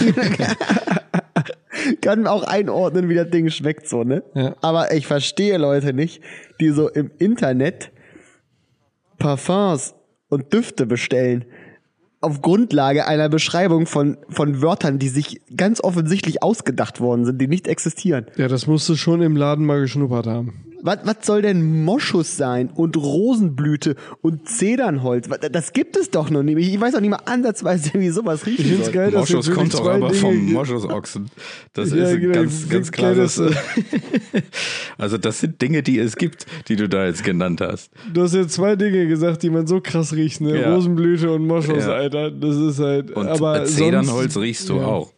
S1: kann auch einordnen, wie das Ding schmeckt, so, ne?
S2: Ja.
S1: Aber ich verstehe Leute nicht, die so im Internet Parfums und Düfte bestellen auf Grundlage einer Beschreibung von, von Wörtern, die sich ganz offensichtlich ausgedacht worden sind, die nicht existieren.
S2: Ja, das musst du schon im Laden mal geschnuppert haben.
S1: Was, was soll denn Moschus sein und Rosenblüte und Zedernholz? Was- Das gibt es doch noch nicht. Ich weiß auch nicht mal ansatzweise, wie sowas riechen
S2: Ich find's
S1: soll.
S2: geil, dass
S3: Moschus
S2: jetzt
S3: kommt
S2: wirklich
S3: doch
S2: zwei
S3: aber
S2: Dinge
S3: vom
S2: ge-
S3: Moschusochsen. Das
S2: Ja,
S3: ist
S2: genau,
S3: ganz,
S2: ich
S3: ganz
S2: find
S3: klar.
S2: geil,
S3: Dass,
S2: dass-
S3: also das sind Dinge, die es gibt, die du da jetzt genannt hast.
S2: Du hast jetzt zwei Dinge gesagt, die man so krass riecht, ne?
S3: Ja.
S2: Rosenblüte und Moschus,
S3: Ja.
S2: Alter. Das ist halt.
S3: Und
S2: aber
S3: Zedernholz
S2: sonst,
S3: riechst du
S2: ja.
S3: auch.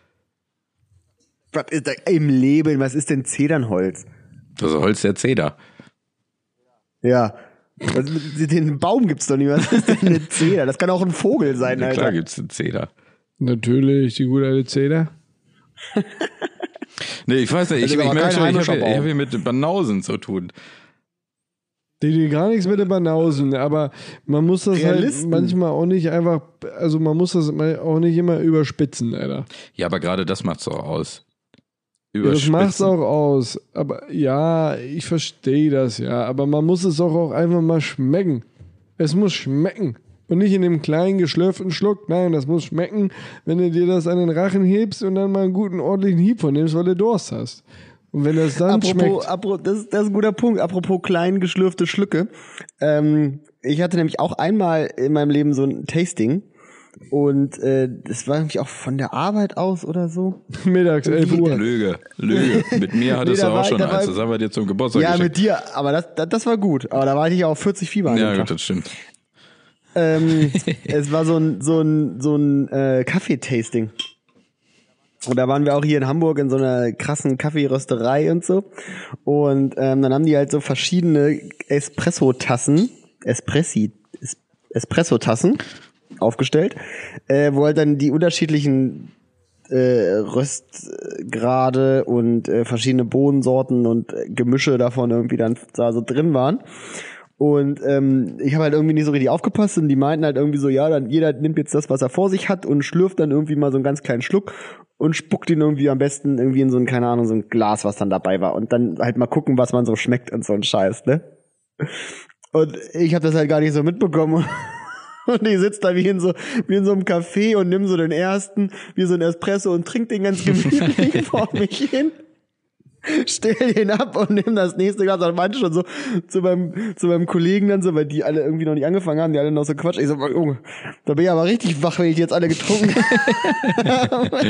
S1: Was ist da im Leben? Was ist denn Zedernholz?
S3: Also Holz der Zeder.
S1: Ja. Was, den Baum gibt's doch nicht. Was ist denn eine Zeder? Das kann auch ein Vogel sein,
S3: Ja,
S1: Alter.
S3: klar gibt's einen Zeder.
S2: Natürlich, die gute alte Zeder.
S3: Nee, ich weiß nicht, ich,
S1: Das ist
S3: ich
S1: aber
S3: merke
S1: kein
S3: schon, ich
S1: heimischer
S3: habe ich
S1: Baum.
S3: hab hier mit Banausen zu tun.
S2: Die, die gar nichts mit der Banausen, aber man muss das
S1: Realisten.
S2: halt manchmal auch nicht einfach, also man muss das mal auch nicht immer überspitzen, Alter.
S3: Ja, aber gerade das macht's auch aus.
S2: Ja, das macht's
S3: Überspitzen.
S2: auch aus. Aber ja, ich verstehe das ja. Aber man muss es auch, auch einfach mal schmecken. Es muss schmecken. Und nicht in dem kleinen geschlürften Schluck. Nein, das muss schmecken, wenn du dir das an den Rachen hebst und dann mal einen guten, ordentlichen Hieb von nimmst, weil du Durst hast. Und wenn das dann
S1: Apropos,
S2: schmeckt.
S1: apropos das, das ist ein guter Punkt. Apropos klein geschlürfte Schlücke. Ähm, ich hatte nämlich auch einmal in meinem Leben so ein Tasting. Und äh, das war nämlich auch von der Arbeit aus oder so.
S2: Mittags, elf Uhr.
S3: Lüge, Lüge. Mit mir hattest
S1: Nee, da
S3: du auch
S1: war-
S3: schon
S1: da
S3: eins.
S1: war-
S3: Das haben wir dir zum Geburtstag
S1: Ja,
S3: geschenkt.
S1: mit dir. Aber das, das, das war gut. Aber da war ich ja auch vierzig Fieber an dem
S3: Ja,
S1: Tag.
S3: gut, das stimmt.
S1: Ähm, es war so ein so ein so ein äh, Kaffeetasting. Und da waren wir auch hier in Hamburg in so einer krassen Kaffeerösterei und so. Und ähm, dann haben die halt so verschiedene Espresso-Tassen, Espressi, Es- Espresso-Tassen aufgestellt, äh, wo halt dann die unterschiedlichen äh, Röstgrade und äh, verschiedene Bohnensorten und äh, Gemische davon irgendwie dann da so drin waren. Und ähm, ich habe halt irgendwie nicht so richtig aufgepasst und die meinten halt irgendwie so, ja, dann jeder nimmt jetzt das, was er vor sich hat und schlürft dann irgendwie mal so einen ganz kleinen Schluck und spuckt ihn irgendwie am besten irgendwie in so ein, keine Ahnung, so ein Glas, was dann dabei war. Und dann halt mal gucken, was man so schmeckt und so ein Scheiß, ne? Und ich habe das halt gar nicht so mitbekommen. Und ich sitze da wie in so wie in so einem Café und nimm so den ersten, wie so ein Espresso und trink den ganz gemütlich vor mich hin. Stell den ab und nimm das nächste Glas. Und meinte schon so zu meinem, zu meinem Kollegen dann so, weil die alle irgendwie noch nicht angefangen haben, die alle noch so Quatsch. Ich so, Junge, da bin ich aber richtig wach, wenn ich die jetzt alle getrunken habe.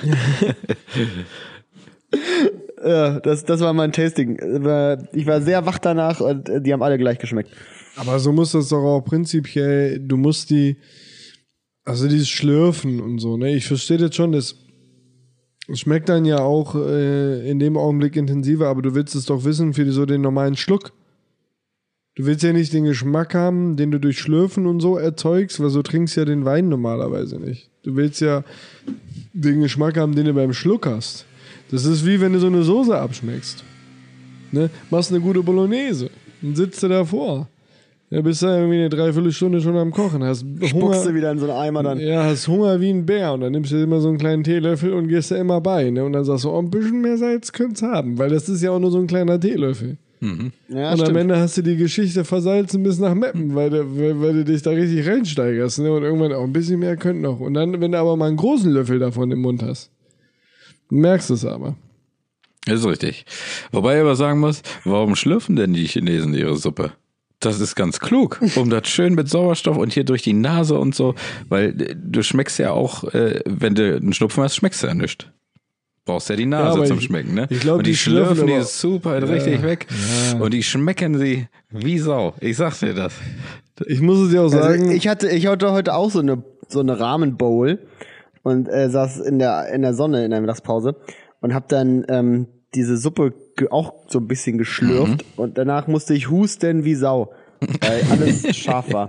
S1: Ja, das, das war mein Tasting. Ich war sehr wach danach und die haben alle gleich geschmeckt.
S2: Aber so muss das doch auch prinzipiell, du musst die, also dieses Schlürfen und so, ne? Ich verstehe das schon, das schmeckt dann ja auch äh, in dem Augenblick intensiver, aber du willst es doch wissen für so den normalen Schluck. Du willst ja nicht den Geschmack haben, den du durch Schlürfen und so erzeugst, weil so trinkst ja den Wein normalerweise nicht. Du willst ja den Geschmack haben, den du beim Schluck hast. Das ist wie wenn du so eine Soße abschmeckst. Ne? Machst eine gute Bolognese und sitzt du davor. Ja, bist da irgendwie eine Dreiviertelstunde schon am Kochen, hast
S1: Spuckst
S2: Hunger.
S1: du wieder in so einen Eimer dann.
S2: Ja, hast Hunger wie ein Bär und dann nimmst du immer so einen kleinen Teelöffel und gehst da immer bei, ne? Und dann sagst du, oh, ein bisschen mehr Salz könnt's haben, weil das ist ja auch nur so ein kleiner Teelöffel.
S1: Ja,
S2: und am
S1: stimmt.
S2: Ende hast du die Geschichte versalzen bis nach Meppen, weil du, weil, weil du dich da richtig reinsteigerst, ne? Und irgendwann auch ein bisschen mehr könnt noch. Und dann, wenn du aber mal einen großen Löffel davon im Mund hast, merkst du es aber.
S3: Das ist richtig. Wobei ich aber sagen muss, warum schlürfen denn die Chinesen ihre Suppe? Das ist ganz klug, um das schön mit Sauerstoff und hier durch die Nase und so, weil äh, du schmeckst ja auch, äh, wenn du einen Schnupfen hast, schmeckst du ja nichts. Brauchst ja die Nase
S2: aber
S3: zum
S2: ich-
S3: Schmecken, ne?
S2: ich glaub,
S3: und die,
S2: die schlürfen
S3: schlürfen die
S2: aber-
S3: super halt richtig weg. Und die schmecken sie wie Sau. Ich sag dir das.
S2: Ich muss es dir auch sagen.
S1: Also ich hatte, ich hatte heute auch so eine, so eine Rahmenbowl und äh, saß in der, in der Sonne in der Mittagspause und hab dann ähm, diese Suppe ge- auch so ein bisschen geschlürft und danach musste ich husten wie Sau, weil alles scharf war.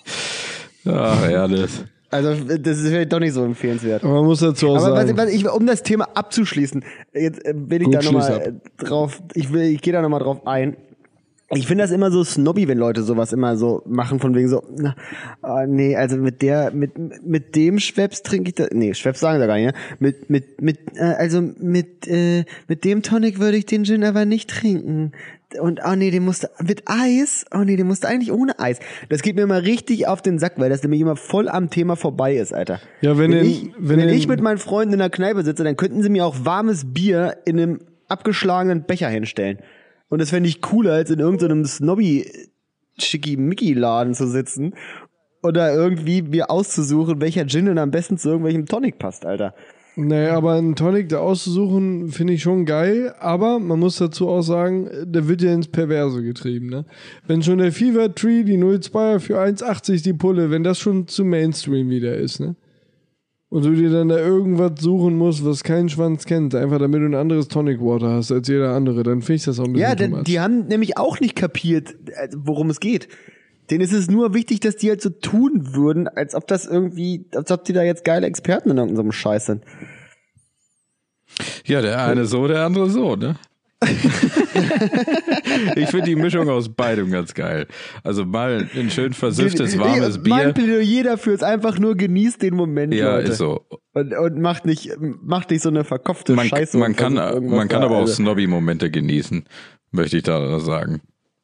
S3: Ach, ja, das.
S1: Also das ist vielleicht doch nicht so empfehlenswert.
S2: aber man muss dazu auch
S1: Aber was,
S2: sagen.
S1: was ich, um das Thema abzuschließen, jetzt äh, will ich
S2: Gut,
S1: da
S2: schließ
S1: nochmal drauf, ich will, ich gehe da nochmal drauf ein. Ich finde das immer so snobby, wenn Leute sowas immer so machen, von wegen so, na, ah, nee, also mit der, mit, mit dem Schweppes trinke ich da, nee, Schweppes sagen sie gar nicht, ne? Mit, mit, mit, äh, also mit, äh, mit dem Tonic würde ich den Gin aber nicht trinken. Und, oh nee, den musste, mit Eis? Oh nee, den musste eigentlich ohne Eis. Das geht mir immer richtig auf den Sack, weil das nämlich immer voll am Thema vorbei ist, Alter.
S2: Ja, wenn
S1: wenn
S2: in-
S1: ich,
S2: wenn
S1: wenn
S2: in-
S1: ich mit meinen Freunden in der Kneipe sitze, dann könnten sie mir auch warmes Bier in einem abgeschlagenen Becher hinstellen. Und das fände ich cooler, als in irgendeinem Snobby-Schickimicki-Laden zu sitzen oder irgendwie mir auszusuchen, welcher Gin denn am besten zu irgendwelchem Tonic passt, Alter.
S2: Naja, aber einen Tonic da auszusuchen, finde ich schon geil, aber man muss dazu auch sagen, der wird ja ins Perverse getrieben, ne? Wenn schon der Fever Tree, die null Komma zwei für eins achtzig die Pulle, wenn das schon zu Mainstream wieder ist, ne? Und du dir dann da irgendwas suchen musst, was kein Schwanz kennt, einfach damit du ein anderes Tonic Water hast als jeder andere, dann finde ich das auch ein bisschen
S1: Ja,
S2: too
S1: denn
S2: much.
S1: die haben nämlich auch nicht kapiert, äh, worum es geht. Denen ist es nur wichtig, dass die halt so tun würden, als ob das irgendwie, als ob die da jetzt geile Experten in irgendeinem Scheiß sind.
S3: Ja, der eine so, der andere so, ne? Ich finde die Mischung aus beidem ganz geil. Also mal ein schön versifftes, warmes Bier.
S1: Mein Plädoyer dafür ist einfach nur, genießt den Moment,
S3: Ja,
S1: Leute.
S3: ist so.
S1: Und, und macht nicht, macht nicht so eine verkopfte
S3: Man,
S1: Scheiße.
S3: man
S1: und
S3: kann,
S1: versucht irgendwas
S3: man kann
S1: da,
S3: aber auch
S1: also.
S3: Snobby-Momente genießen, möchte ich da sagen.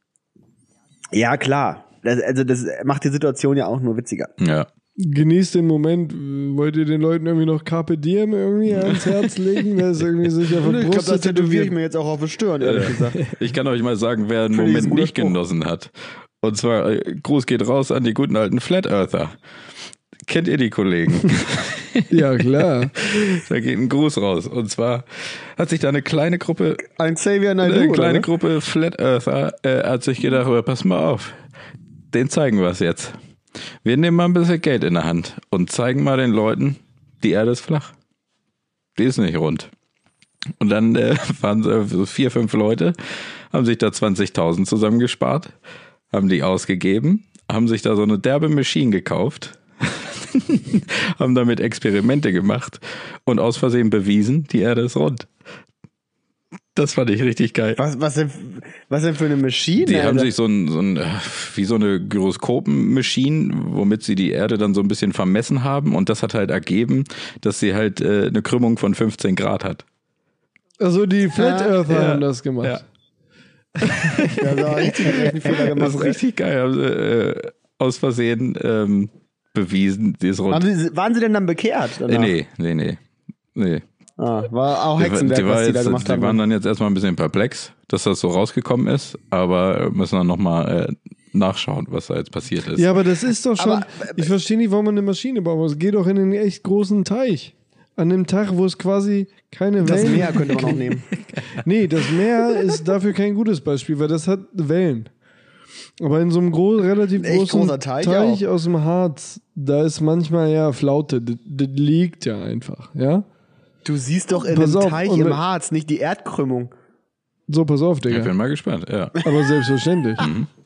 S1: Ja, klar. Das, also das macht die Situation ja auch nur witziger.
S3: Ja.
S2: Genießt den Moment, wollt ihr den Leuten irgendwie noch Carpe Diem irgendwie ans Herz legen, der ist irgendwie sicher
S1: Ich glaube, das
S2: verbrustet
S1: tätowiere ich mir jetzt auch auf die Stirn, ehrlich gesagt.
S3: Ich kann euch mal sagen, wer einen
S1: Finde ich ein
S3: Moment
S1: guter
S3: nicht
S1: Spruch.
S3: genossen hat. Und zwar, äh, Gruß geht raus an die guten alten Flat Earther. Kennt ihr die Kollegen?
S2: Ja, klar.
S3: Da geht ein Gruß raus. Und zwar hat sich da eine kleine Gruppe,
S1: Ein Xavier Naidoo,
S3: eine
S1: oder
S3: kleine
S1: was?
S3: Gruppe Flat Earther äh, hat sich gedacht, aber pass mal auf, den zeigen wir es jetzt. Wir nehmen mal ein bisschen Geld in der Hand und zeigen mal den Leuten, die Erde ist flach. Die ist nicht rund. Und dann äh, waren so vier, fünf Leute, haben sich da zwanzigtausend zusammengespart, haben die ausgegeben, haben sich da so eine derbe Maschine gekauft, haben damit Experimente gemacht und aus Versehen bewiesen, die Erde ist rund. Das fand ich richtig geil.
S1: Was, was, denn, was denn für eine Maschine?
S3: Die haben
S1: Alter?
S3: sich so ein, so ein, wie so eine Gyroskopenmaschine, womit sie die Erde dann so ein bisschen vermessen haben, und das hat halt ergeben, dass sie halt äh, eine Krümmung von fünfzehn Grad hat.
S2: Also die Flat
S1: Ah,
S2: Earther
S3: ja.
S2: haben das gemacht.
S3: Ja.
S1: Ja, so richtig einen Fehler gemacht.
S3: Das ist richtig geil. Haben sie äh, aus Versehen ähm, bewiesen, die ist rund.
S1: Haben Sie, waren Sie denn dann bekehrt?
S3: Äh,
S1: danach?
S3: nee, nee, nee. Nee.
S1: Ah, war auch
S3: Die,
S1: Hexenwerk,
S3: die, war
S1: was die da
S3: jetzt,
S1: gemacht
S3: die
S1: haben.
S3: waren dann jetzt erstmal ein bisschen perplex, dass das so rausgekommen ist, aber müssen dann nochmal äh, nachschauen, was da jetzt passiert ist.
S2: Ja, aber das ist doch schon.
S1: Aber-
S2: ich verstehe nicht, warum man eine Maschine bauen muss. Geh doch in einen echt großen Teich. An dem Tag, wo es quasi keine
S1: Das
S2: Wellen.
S1: Meer könnte man auch nehmen.
S2: Nee, das Meer ist dafür kein gutes Beispiel, weil das hat Wellen. Aber in so einem gro relativ
S1: Echt
S2: großen
S1: großer Teich
S2: Teich
S1: auch.
S2: aus dem Harz, da ist manchmal ja Flaute. Das, das liegt ja einfach, ja?
S1: Du siehst doch in
S2: Pass
S1: dem
S2: auf,
S1: Teich
S2: und
S1: im
S2: wenn-
S1: Harz nicht die Erdkrümmung.
S2: So, pass auf,
S3: Ich
S2: Digga.
S3: bin mal gespannt, ja.
S2: Aber selbstverständlich.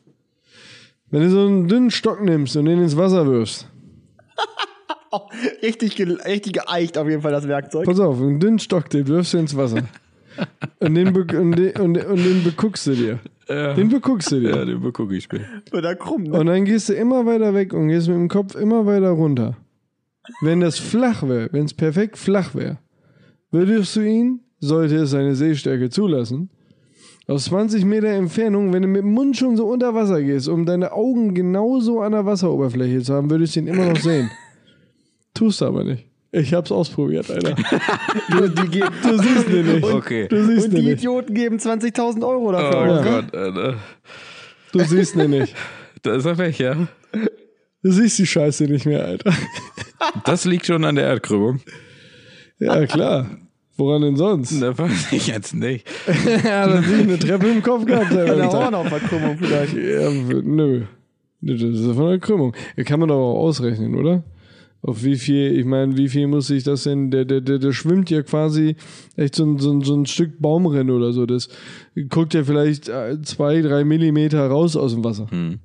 S2: Wenn du so einen dünnen Stock nimmst und den ins Wasser wirfst,
S1: Oh, richtig, ge richtig geeicht auf jeden Fall das Werkzeug.
S2: pass auf, einen dünnen Stock, den wirfst du ins Wasser. Und den, be und den, und, und den beguckst du dir.
S3: Ja.
S2: Den beguckst du dir.
S3: Ja, den begucke ich später.
S1: Wird da krumm, ne?
S2: Und dann gehst du immer weiter weg und gehst mit dem Kopf immer weiter runter. Wenn das flach wäre, wenn es perfekt flach wäre, würdest du ihn, sollte es seine Sehstärke zulassen, aus zwanzig Meter Entfernung, wenn du mit dem Mund schon so unter Wasser gehst, um deine Augen genauso an der Wasseroberfläche zu haben, würdest du ihn immer noch sehen. Tust du aber nicht. Ich hab's ausprobiert, Alter.
S1: Du, die geben,
S2: Du siehst ihn nicht.
S3: Okay.
S2: Du siehst
S1: und
S2: ihn
S1: die
S2: nicht.
S1: Idioten geben zwanzigtausend Euro
S3: Oh
S1: dafür.
S2: Ja.
S3: Gott, Alter.
S2: Du siehst ihn nicht.
S3: Da ist er weg, ja.
S2: Du siehst die Scheiße nicht mehr, Alter.
S3: Das liegt schon an der Erdkrümmung.
S2: Ja, klar. Woran denn sonst?
S3: Da weiß ich jetzt nicht.
S2: Ja, dann hab ich eine Treppe im Kopf gehabt.
S1: Eine
S2: Alter.
S1: Hornhautverkrümmung vielleicht.
S2: Ja, w- nö. Das ist von der Krümmung. Ja, kann man doch auch ausrechnen, oder? Auf wie viel, ich meine, wie viel muss sich das denn, der, der, der, der schwimmt ja quasi echt so ein, so ein, so ein Stück Baumrinde oder so. Das guckt ja vielleicht äh, zwei, drei Millimeter raus aus dem Wasser.
S3: Hm.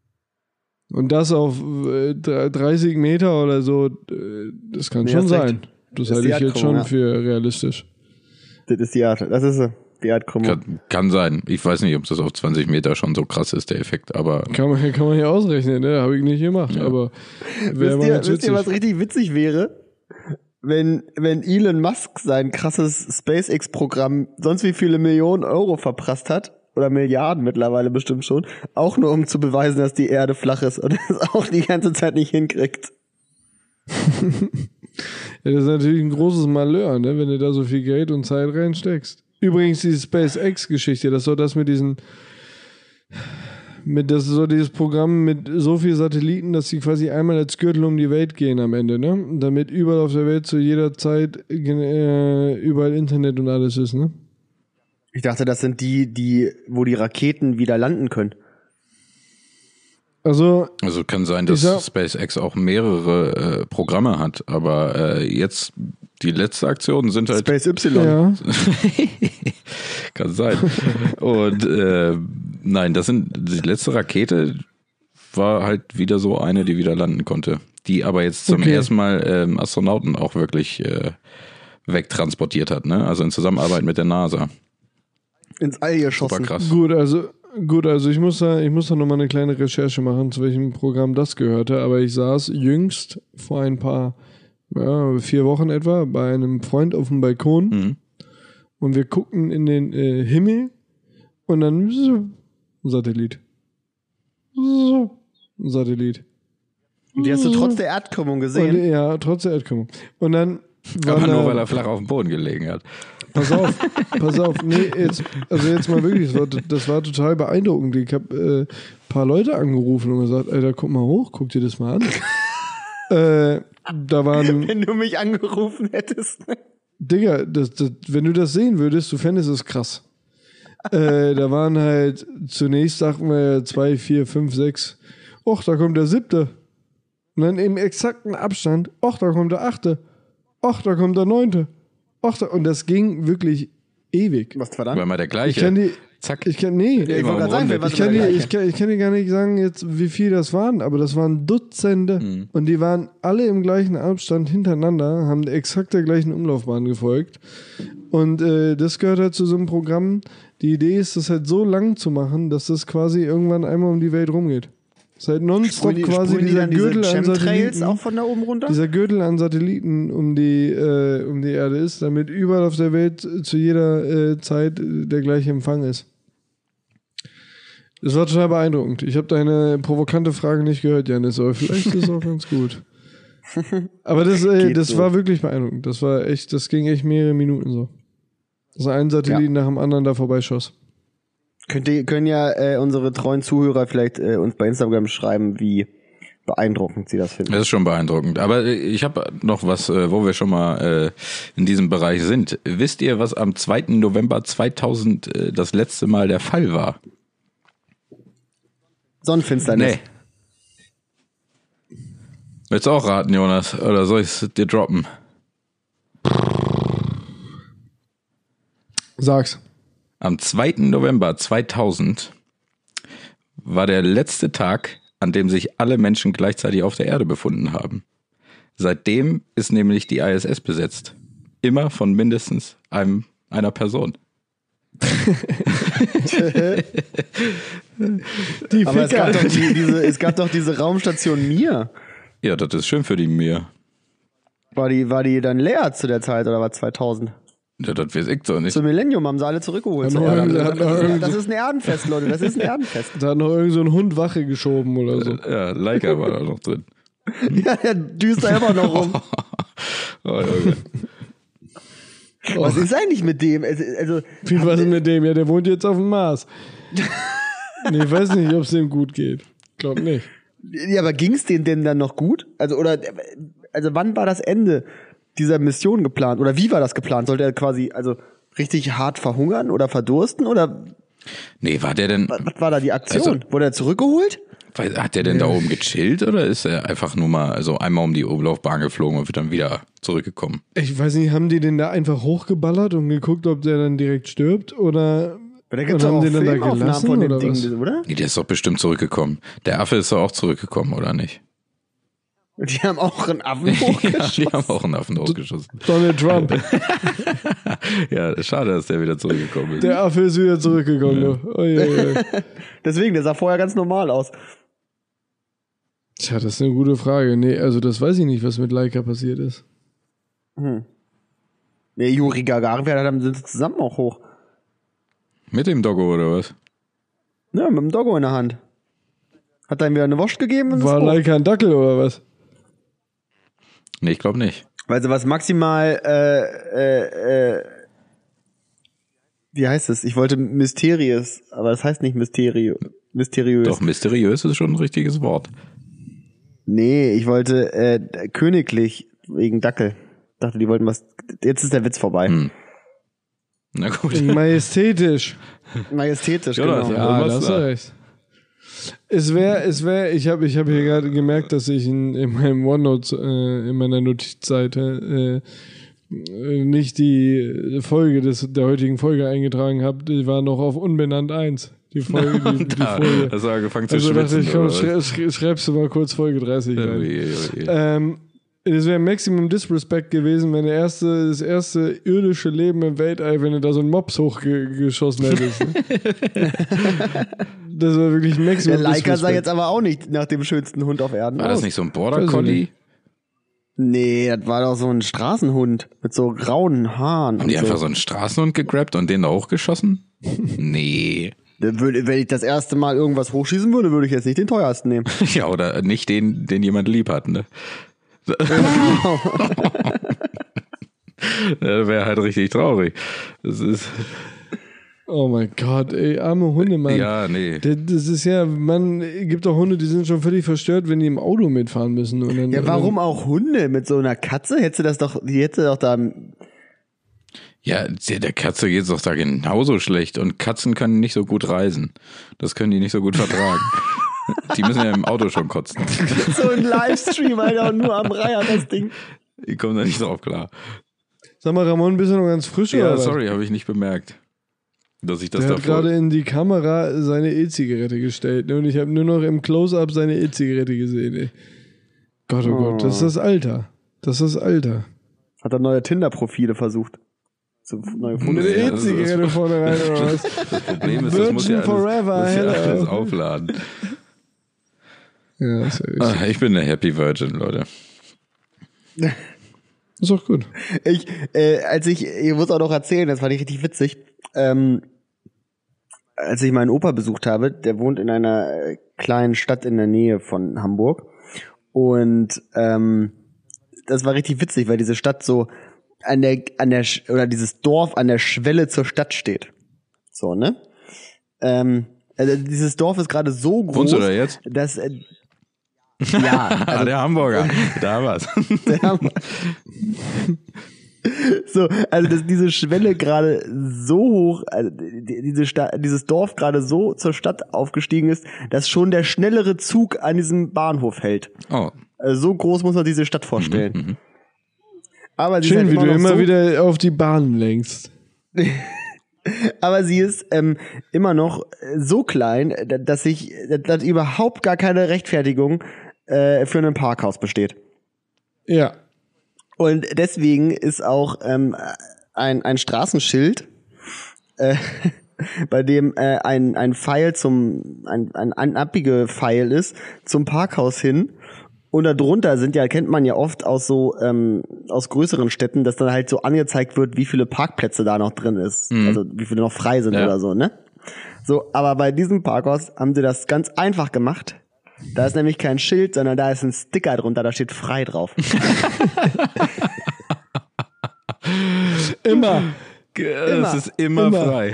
S2: Und das auf äh, dreißig Meter oder so, äh, das kann
S1: Nee,
S2: schon
S1: hast recht.
S2: sein. Das
S1: Das ist
S2: halte
S1: die
S2: ich jetzt schon
S1: Erdkrümmung, ja.
S2: für realistisch.
S1: Das ist die Erde. Das ist sie. Die Erdkrümmung.
S3: Kann, kann sein. Ich weiß nicht, ob das auf zwanzig Meter schon so krass ist, der Effekt, aber
S2: Kann man, kann man hier ausrechnen, ne? Habe ich nicht gemacht, aber wäre
S1: Wisst
S2: mal
S1: ihr,
S2: ganz
S1: wisst ihr, was
S2: witzig.
S1: richtig witzig wäre? Wenn, wenn Elon Musk sein krasses SpaceX-Programm sonst wie viele Millionen Euro verprasst hat, oder Milliarden mittlerweile bestimmt schon, auch nur um zu beweisen, dass die Erde flach ist und es auch die ganze Zeit nicht hinkriegt.
S2: Ja, das ist natürlich ein großes Malheur, ne? Wenn du da so viel Geld und Zeit reinsteckst. Übrigens diese SpaceX-Geschichte, das ist so das mit diesen, mit das ist so dieses Programm mit so vielen Satelliten, dass sie quasi einmal als Gürtel um die Welt gehen am Ende, ne? Damit überall auf der Welt zu jeder Zeit äh, überall Internet und alles ist, ne?
S1: Ich dachte, das sind die, die, wo die Raketen wieder landen können.
S2: Also,
S3: Also kann sein, dass
S2: Dieser-
S3: SpaceX auch mehrere äh, Programme hat, aber äh, jetzt die letzte Aktion sind halt
S1: Space Y.
S2: ja.
S3: kann sein. Und äh, nein, das sind die letzte Rakete war halt wieder so eine, die wieder landen konnte, die aber jetzt zum
S2: Okay.
S3: ersten Mal ähm, Astronauten auch wirklich äh, wegtransportiert hat, ne? Also in Zusammenarbeit mit der NASA.
S1: Ins All
S3: Super
S1: geschossen.
S3: krass.
S2: Gut, also gut, also ich muss da, ich muss da nochmal eine kleine Recherche machen, zu welchem Programm das gehörte, aber ich saß jüngst vor ein paar, ja, vier Wochen etwa bei einem Freund auf dem Balkon
S3: Mhm.
S2: und wir guckten in den äh, Himmel und dann so, ein Satellit. So, ein Satellit.
S1: Und die hast du trotz der Erdkrümmung
S2: Und,
S1: gesehen.
S2: ja, trotz der Erdkrümmung. Und dann war
S3: Aber nur,
S2: da-
S3: weil er flach auf dem Boden gelegen hat.
S2: Pass auf, pass auf. Nee, jetzt, also jetzt mal wirklich, das war, das war total beeindruckend. Ich habe äh, ein paar Leute angerufen und gesagt, Alter, guck mal hoch, guck dir das mal an. äh, da waren,
S1: Wenn du mich angerufen hättest.
S2: Digga, das, das, wenn du das sehen würdest, du fändest es krass. äh, da waren halt, zunächst sagten wir zwei, vier, fünf, sechs, och, da kommt der siebte. Und dann im exakten Abstand, och, da kommt der achte. Och, da kommt der neunte. Och, da, und das ging wirklich ewig.
S1: Was
S3: War
S1: verdammt?
S3: mal der
S2: Ich
S3: gleiche.
S2: kann die,
S3: Zack.
S2: ich kann, nee,
S1: Ich wollte
S3: Immer
S1: gerade sagen,
S3: umrundet.
S1: wer
S2: ich kann,
S1: war
S2: dir,
S1: der
S2: ich,
S1: Gleiche?
S2: kann, ich kann dir gar nicht sagen, jetzt, wie viel das waren, aber das waren Dutzende.
S3: Mhm.
S2: Und die waren alle im gleichen Abstand hintereinander, haben exakt der gleichen Umlaufbahn gefolgt. Und äh, das gehört halt zu so einem Programm. Die Idee ist, das halt so lang zu machen, dass das quasi irgendwann einmal um die Welt rumgeht. Das ist halt nonstop
S1: Sprühen die,
S2: quasi
S1: sprühen die
S2: dieser
S1: dann diese
S2: Gürtel an
S1: Chemtrails
S2: Satelliten.
S1: auch von da oben runter?
S2: Dieser Gürtel an Satelliten um die, äh, um die Erde ist, damit überall auf der Welt zu jeder äh, Zeit äh, der gleiche Empfang ist. Das war total beeindruckend. Ich habe deine provokante Frage nicht gehört, Janis, aber vielleicht ist es auch ganz gut. Aber das, äh,
S1: Geht
S2: das
S1: so.
S2: war wirklich beeindruckend. Das war echt, das ging echt mehrere Minuten so. Dass ein Satellit nach dem anderen da vorbeischoss.
S1: Könnt ihr, können ja äh, unsere treuen Zuhörer vielleicht äh, uns bei Instagram schreiben, wie beeindruckend sie das finden.
S3: Das ist schon beeindruckend. Aber äh, ich habe noch was, äh, wo wir schon mal äh, in diesem Bereich sind. Wisst ihr, was am zweiten November zweitausend äh, das letzte Mal der Fall war?
S1: Sonnenfinsternis.
S3: Nee. Willst du auch raten, Jonas? Oder soll ich es dir droppen?
S2: Sag's.
S3: Am zweiten November zweitausend war der letzte Tag, an dem sich alle Menschen gleichzeitig auf der Erde befunden haben. Seitdem ist nämlich die I S S besetzt. Immer von mindestens einem, einer Person.
S2: Die
S1: Aber es
S2: Ficker.
S1: gab, doch die, diese, es gab doch diese Raumstation Mir.
S3: Ja, das ist schön für die Mir.
S1: War die, war die dann leer zu der Zeit oder war zweitausend?
S3: Ja, das weiß ich doch nicht.
S1: Zum Millennium haben sie alle zurückgeholt.
S2: Hat
S1: zur
S2: noch
S1: Erde.
S2: irgend- hat noch
S1: Das ist-
S2: irgend-
S1: das ist ein Erdenfest, Leute. Das ist ein Erdenfest.
S2: Da hat noch irgend so ein Hund Wache geschoben oder so.
S3: Ja, Leica war da noch drin.
S1: Ja, der düst da immer noch rum.
S3: Oh, Junge.
S1: Was ist eigentlich mit dem? Also, also
S2: Wie war es mit dem? Ja, der wohnt jetzt auf dem Mars. Nee, ich weiß nicht, ob es dem gut geht. Glaub nicht.
S1: ja, aber ging's denen denn dann noch gut? Also, oder, also wann war das Ende dieser Mission geplant? Oder wie war das geplant? Sollte er quasi, also, richtig hart verhungern oder verdursten? Oder
S3: Nee, war der denn,
S1: was, was war da die Aktion?
S3: Also-
S1: Wurde er zurückgeholt?
S3: weiß- hat der denn da oben gechillt oder ist er einfach nur mal, also einmal um die Umlaufbahn geflogen und wird dann wieder zurückgekommen?
S2: Ich weiß nicht, haben die den da einfach hochgeballert und geguckt, ob der dann direkt stirbt? Oder
S1: Da gibt's
S2: und
S1: doch auch
S2: den dann da
S1: Filmaufnahmen
S2: gelassen,
S1: von dem
S2: oder
S1: Ding,
S2: was?
S1: oder?
S3: Nee, der ist doch bestimmt zurückgekommen. Der Affe ist doch auch zurückgekommen, oder nicht?
S1: Die haben auch einen Affen
S3: Ja,
S1: hochgeschossen.
S3: die haben auch einen Affen hochgeschossen.
S2: Donald Trump.
S3: Ja, schade, dass der wieder zurückgekommen ist.
S2: Der Affe ist wieder zurückgekommen. Ja. Oh, je, je.
S1: Deswegen, der sah vorher ganz normal aus.
S2: Tja, das ist eine gute Frage. Nee, also das weiß ich nicht, was mit Leica passiert ist.
S1: Nee, Juri Gagarin, dann sind sie zusammen auch hoch.
S3: Mit dem Doggo oder was?
S1: Ja, mit dem Doggo in der Hand. Hat dann wieder eine Wurst gegeben und
S2: War
S1: ist hoch.
S2: Leica ein Dackel oder was?
S3: Nee, ich glaube nicht.
S1: Weil sie was maximal, äh, äh, äh, Wie heißt es? Ich wollte mysteriös, aber das heißt nicht Mysterio. Mysteriös.
S3: Doch, mysteriös ist schon ein richtiges Wort.
S1: Nee, ich wollte äh, königlich wegen Dackel. Dachte, die wollten was. Jetzt ist der Witz vorbei.
S3: Hm. Na gut.
S2: Majestätisch.
S1: Majestätisch,
S3: Ja,
S1: genau.
S2: Ja,
S3: was
S2: das ist
S3: da?
S2: recht. Es wäre, es wäre, ich habe ich hab hier gerade gemerkt, dass ich in, in meinem OneNote, äh, in meiner Notizseite, äh, nicht die Folge des, der heutigen Folge eingetragen habe. Die war noch auf unbenannt eins. Die Folge, die, die
S3: Da,
S2: Folge.
S3: hast du angefangen zu
S2: Also dachte
S3: schwitzen.
S2: ich, komm,
S3: oder
S2: schrei,
S3: was?
S2: schrei, schreibst du mal kurz Folge dreißig
S3: Ja,
S2: rein.
S3: oje, oje.
S2: Ähm, es wäre Maximum Disrespect gewesen, wenn der erste, das erste irdische Leben im Weltall, wenn du da so einen Mops hochgeschossen hättest. Das war wirklich
S1: Der
S2: Maximum
S1: Leica
S2: Disrespect.
S1: sah jetzt aber auch nicht nach dem schönsten Hund auf Erden
S3: War das
S1: aus.
S3: nicht so ein Border Collie?
S1: Nee, das war doch so ein Straßenhund mit so grauen Haaren.
S3: Haben
S1: und
S3: die
S1: so.
S3: einfach so einen Straßenhund gegrabt und den da hochgeschossen? Nee.
S1: Der würde- Wenn ich das erste Mal irgendwas hochschießen würde, würde ich jetzt nicht den teuersten nehmen.
S3: Ja, oder nicht den, den jemand lieb hat, ne? Das wäre halt richtig traurig. Das ist,
S2: Oh mein Gott, ey, arme Hunde, Mann.
S3: ja, nee.
S2: Das das ist ja, man gibt doch Hunde, die sind schon völlig verstört, wenn die im Auto mitfahren müssen. Und dann,
S1: Ja,
S2: und
S1: warum auch Hunde mit so einer Katze? Hättest du das doch, die hätte doch da.
S3: Ja, der Katze geht's doch da genauso schlecht und Katzen können nicht so gut reisen. Das können die nicht so gut vertragen. Die müssen ja im Auto schon kotzen.
S1: So ein Livestream, Alter, und nur am Reiher das Ding.
S3: Die kommen da nicht drauf klar.
S2: Dann, sag mal, Ramon, bist du noch ganz frisch oder
S3: Ja,
S2: was?
S3: sorry, habe ich nicht bemerkt. Dass ich das
S2: Der hat
S3: davor...
S2: gerade in die Kamera seine E-Zigarette gestellt, ne? Und ich habe nur noch im Close-Up seine E-Zigarette gesehen, ey. Gott, oh, Gott, das ist das Alter. Das ist das Alter.
S1: Hat er neue Tinder-Profile versucht. So neue
S2: Mit
S1: Fotos.
S2: der
S3: Ja, das ist-
S2: E-Zigarette vorne rein oder was?
S3: Das Problem ist, das muss ja alles,
S2: Virgin forever,
S3: muss ja
S2: hello.
S3: alles aufladen.
S2: Ja, ist, ja richtig.
S3: Ah, ich bin eine Happy Virgin, Leute.
S2: Ist auch gut.
S1: Ich, äh, als ich, ich muss auch noch erzählen, das fand ich richtig witzig. Ähm, als ich meinen Opa besucht habe, der wohnt in einer äh, kleinen Stadt in der Nähe von Hamburg. Und ähm, das war richtig witzig, weil diese Stadt so an der, an der, Sch- oder dieses Dorf an der Schwelle zur Stadt steht. So, ne? Ähm, also dieses Dorf ist gerade so groß,
S3: Wohnst du da jetzt?
S1: dass äh, ja,
S3: Ah, der Hamburger. Da war's.
S1: so, also dass diese Schwelle gerade so hoch, also die- diese Sta- dieses Dorf gerade so zur Stadt aufgestiegen ist, dass schon der schnellere Zug an diesem Bahnhof hält.
S3: Oh.
S1: Also so groß muss man diese Stadt vorstellen. Aber sie ist
S2: Schön,
S1: halt
S2: wie
S1: immer
S2: du
S1: noch
S2: immer
S1: so,
S2: wieder auf die Bahn lenkst.
S1: aber sie ist ähm, immer noch so klein, da- dass sich, dass überhaupt gar keine Rechtfertigung äh, für ein Parkhaus besteht.
S2: Ja.
S1: Und deswegen ist auch ähm, ein, ein Straßenschild, äh, bei dem äh, ein, ein Pfeil zum, ein, ein, ein Abbiegepfeil ist, zum Parkhaus hin. Und darunter sind ja, kennt man ja oft aus so, ähm, aus größeren Städten, dass dann halt so angezeigt wird, wie viele Parkplätze da noch drin ist. Also wie viele noch frei sind
S3: Ja.
S1: oder so, ne? So, aber bei diesem Parkhaus haben sie das ganz einfach gemacht. Da ist nämlich kein Schild, sondern da ist ein Sticker drunter, da steht frei drauf.
S2: Immer.
S3: Es ist immer,
S2: Immer.
S3: frei.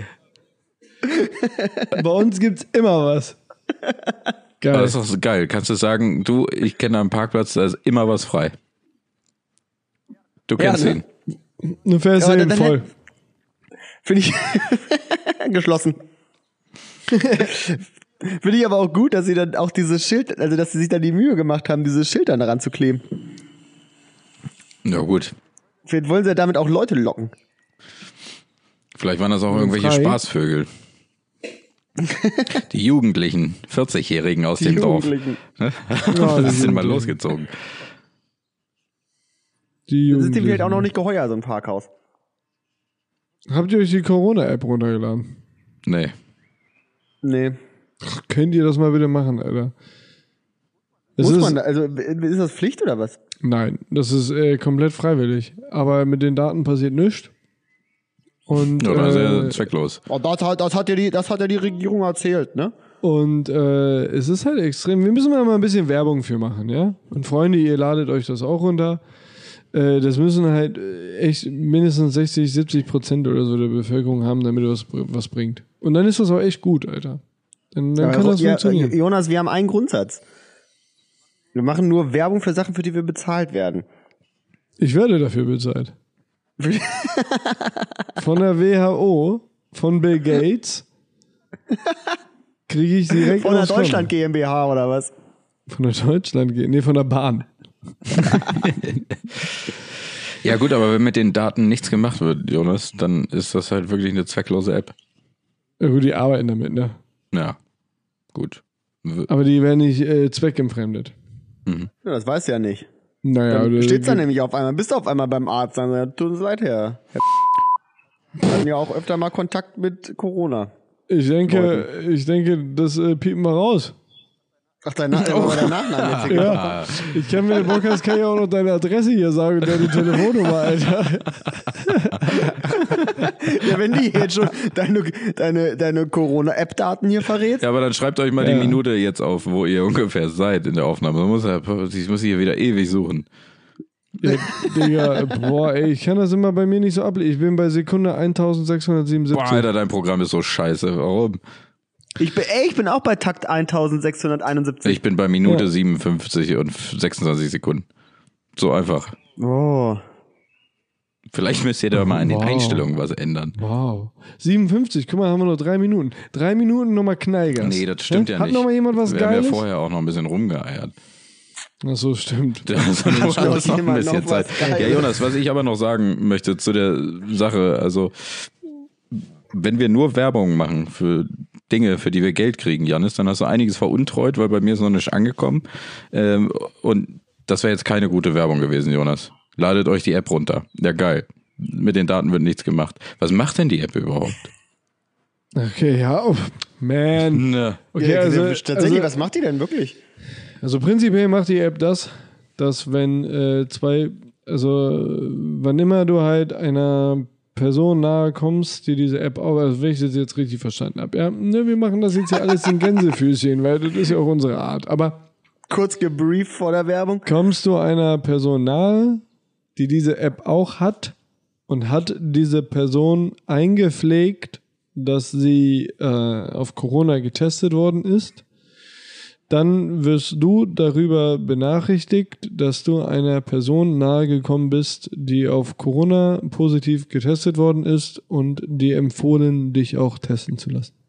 S2: Bei uns gibt's immer was.
S3: Aber
S2: Geil.
S3: das ist doch so geil. Kannst du sagen, du, ich kenne einen Parkplatz, da ist immer was frei. Du kennst
S1: Ja, ne?
S3: ihn.
S2: Du fährst
S1: Ja, aber
S2: eben
S1: dann-
S2: voll.
S1: Finde ich geschlossen. Finde ich aber auch gut, dass sie dann auch dieses Schild, also dass sie sich dann die Mühe gemacht haben, dieses Schild dann daran zu kleben.
S3: Ja gut.
S1: Vielleicht wollen sie ja damit auch Leute locken.
S3: Vielleicht waren das auch irgendwelche
S2: frei.
S3: Spaßvögel. Die Jugendlichen, vierzigjährigen aus
S1: Die
S3: dem Dorf.
S1: Jugendlichen.
S3: Ne?
S2: Ja, die
S3: Das sind mal
S2: Jugendlichen.
S3: losgezogen.
S2: Die
S1: Das ist dem vielleicht auch noch
S2: Jugendlichen.
S1: nicht geheuer, so ein Parkhaus.
S2: Habt ihr euch die Corona-App runtergeladen?
S3: Nee.
S1: Nee.
S2: Ach, könnt ihr das mal bitte machen, Alter? Es
S1: Muss
S2: ist,
S1: man da, also ist das Pflicht oder was?
S2: Nein, das ist äh, komplett freiwillig. Aber mit den Daten passiert nichts. Und,
S3: Oder sehr
S2: äh,
S3: zwecklos.
S1: Oh, das, hat, das, hat ja die, das hat ja die Regierung erzählt, ne?
S2: und äh, es ist halt extrem. Wir müssen mal ein bisschen Werbung für machen, ja? Und Freunde, ihr ladet euch das auch runter. Äh, das müssen halt äh, echt mindestens sechzig, siebzig Prozent oder so der Bevölkerung haben, damit das was bringt. Und dann ist das auch echt gut, Alter. Dann, dann kann das
S1: ja,
S2: funktionieren.
S1: Jonas, wir haben einen Grundsatz. Wir machen nur Werbung für Sachen, für die wir bezahlt werden.
S2: Ich werde dafür bezahlt. Von der W H O, von Bill Gates, kriege ich direkt
S1: Von der
S2: aufs
S1: Deutschland
S2: Konto.
S1: GmbH oder was?
S2: Von der Deutschland G. Nee, von der Bahn.
S3: Ja gut, aber wenn mit den Daten nichts gemacht wird, Jonas, dann ist das halt wirklich eine zwecklose App.
S2: Ja, gut, die arbeiten damit, ne?
S3: Ja, gut.
S2: Aber die werden nicht äh, zweckentfremdet.
S3: Mhm.
S1: Ja, das weißt du ja nicht.
S2: Naja,
S1: Dann
S2: oder-
S1: steht's dann nämlich auf einmal, bist du auf einmal beim Arzt, dann sagt, tut uns leid, Herr. Herr Wir hatten ja auch öfter mal Kontakt mit Corona.
S2: Ich denke, ich denke, das äh, piepen wir raus.
S1: Ach, dein, Na oh. dein Nachname jetzt hier.
S2: Ja, ich kann, wenn du Bock hast, kann ich auch noch deine Adresse hier sagen und deine Telefonnummer, Alter.
S1: Ja, wenn die jetzt schon deine, deine, deine Corona-App-Daten hier verrät.
S3: Ja, aber dann schreibt euch mal
S2: Ja.
S3: die Minute jetzt auf, wo ihr ungefähr seid in der Aufnahme. Man muss ja, ich muss hier wieder ewig suchen.
S2: Ja, Digga, boah, ey, ich kann das immer bei mir nicht so ablesen. Ich bin bei Sekunde eintausendsechshundertsiebenundsiebzig.
S3: Boah, Alter, dein Programm ist so scheiße. Warum?
S1: Ich bin, ey, ich bin auch bei Takt eintausendsechshunderteinundsiebzig.
S3: Ich bin bei Minute
S2: Ja.
S3: siebenundfünfzig und sechsundzwanzig Sekunden. So einfach.
S1: Oh.
S3: Vielleicht müsst ihr da mal an den
S2: Wow.
S3: Einstellungen was ändern.
S2: Wow. siebenundfünfzig, guck mal, haben wir noch drei Minuten. Drei Minuten nochmal Knallgas.
S3: Nee, das stimmt
S2: Hä?
S3: ja
S2: Hat
S3: nicht.
S2: noch mal jemand was
S3: Wir haben ja
S2: Geiles?
S3: vorher auch noch ein bisschen rumgeeiert.
S2: Ach so, stimmt.
S3: Also, du hast
S1: noch
S3: noch ein
S1: jemand
S3: bisschen
S1: noch
S3: Zeit.
S1: was Geiles?
S3: Ja, Jonas, was ich aber noch sagen möchte zu der Sache, also wenn wir nur Werbung machen für Dinge, für die wir Geld kriegen, Janis, dann hast du einiges veruntreut, weil bei mir ist noch nicht angekommen. Ähm, und das wäre jetzt keine gute Werbung gewesen, Jonas. Ladet euch die App runter. Ja, geil. Mit den Daten wird nichts gemacht. Was macht denn die App überhaupt?
S2: Okay, ja, oh, man.
S3: Ne.
S2: Okay,
S1: Ja,
S2: also,
S1: tatsächlich,
S2: also,
S1: was macht die denn wirklich?
S2: also prinzipiell macht die App das, dass wenn äh, zwei, also äh, wann immer du halt einer Person nahe kommst, die diese App auch, also wenn ich das jetzt richtig verstanden habe, ja, ne, wir machen das jetzt hier alles in Gänsefüßchen, weil das ist ja auch unsere Art, aber
S1: Kurz gebrieft vor der Werbung.
S2: kommst du einer Person nahe, die diese App auch hat und hat diese Person eingepflegt, dass sie äh, auf Corona getestet worden ist, dann wirst du darüber benachrichtigt, dass du einer Person nahegekommen bist, die auf Corona positiv getestet worden ist und dir empfohlen, dich auch testen zu lassen.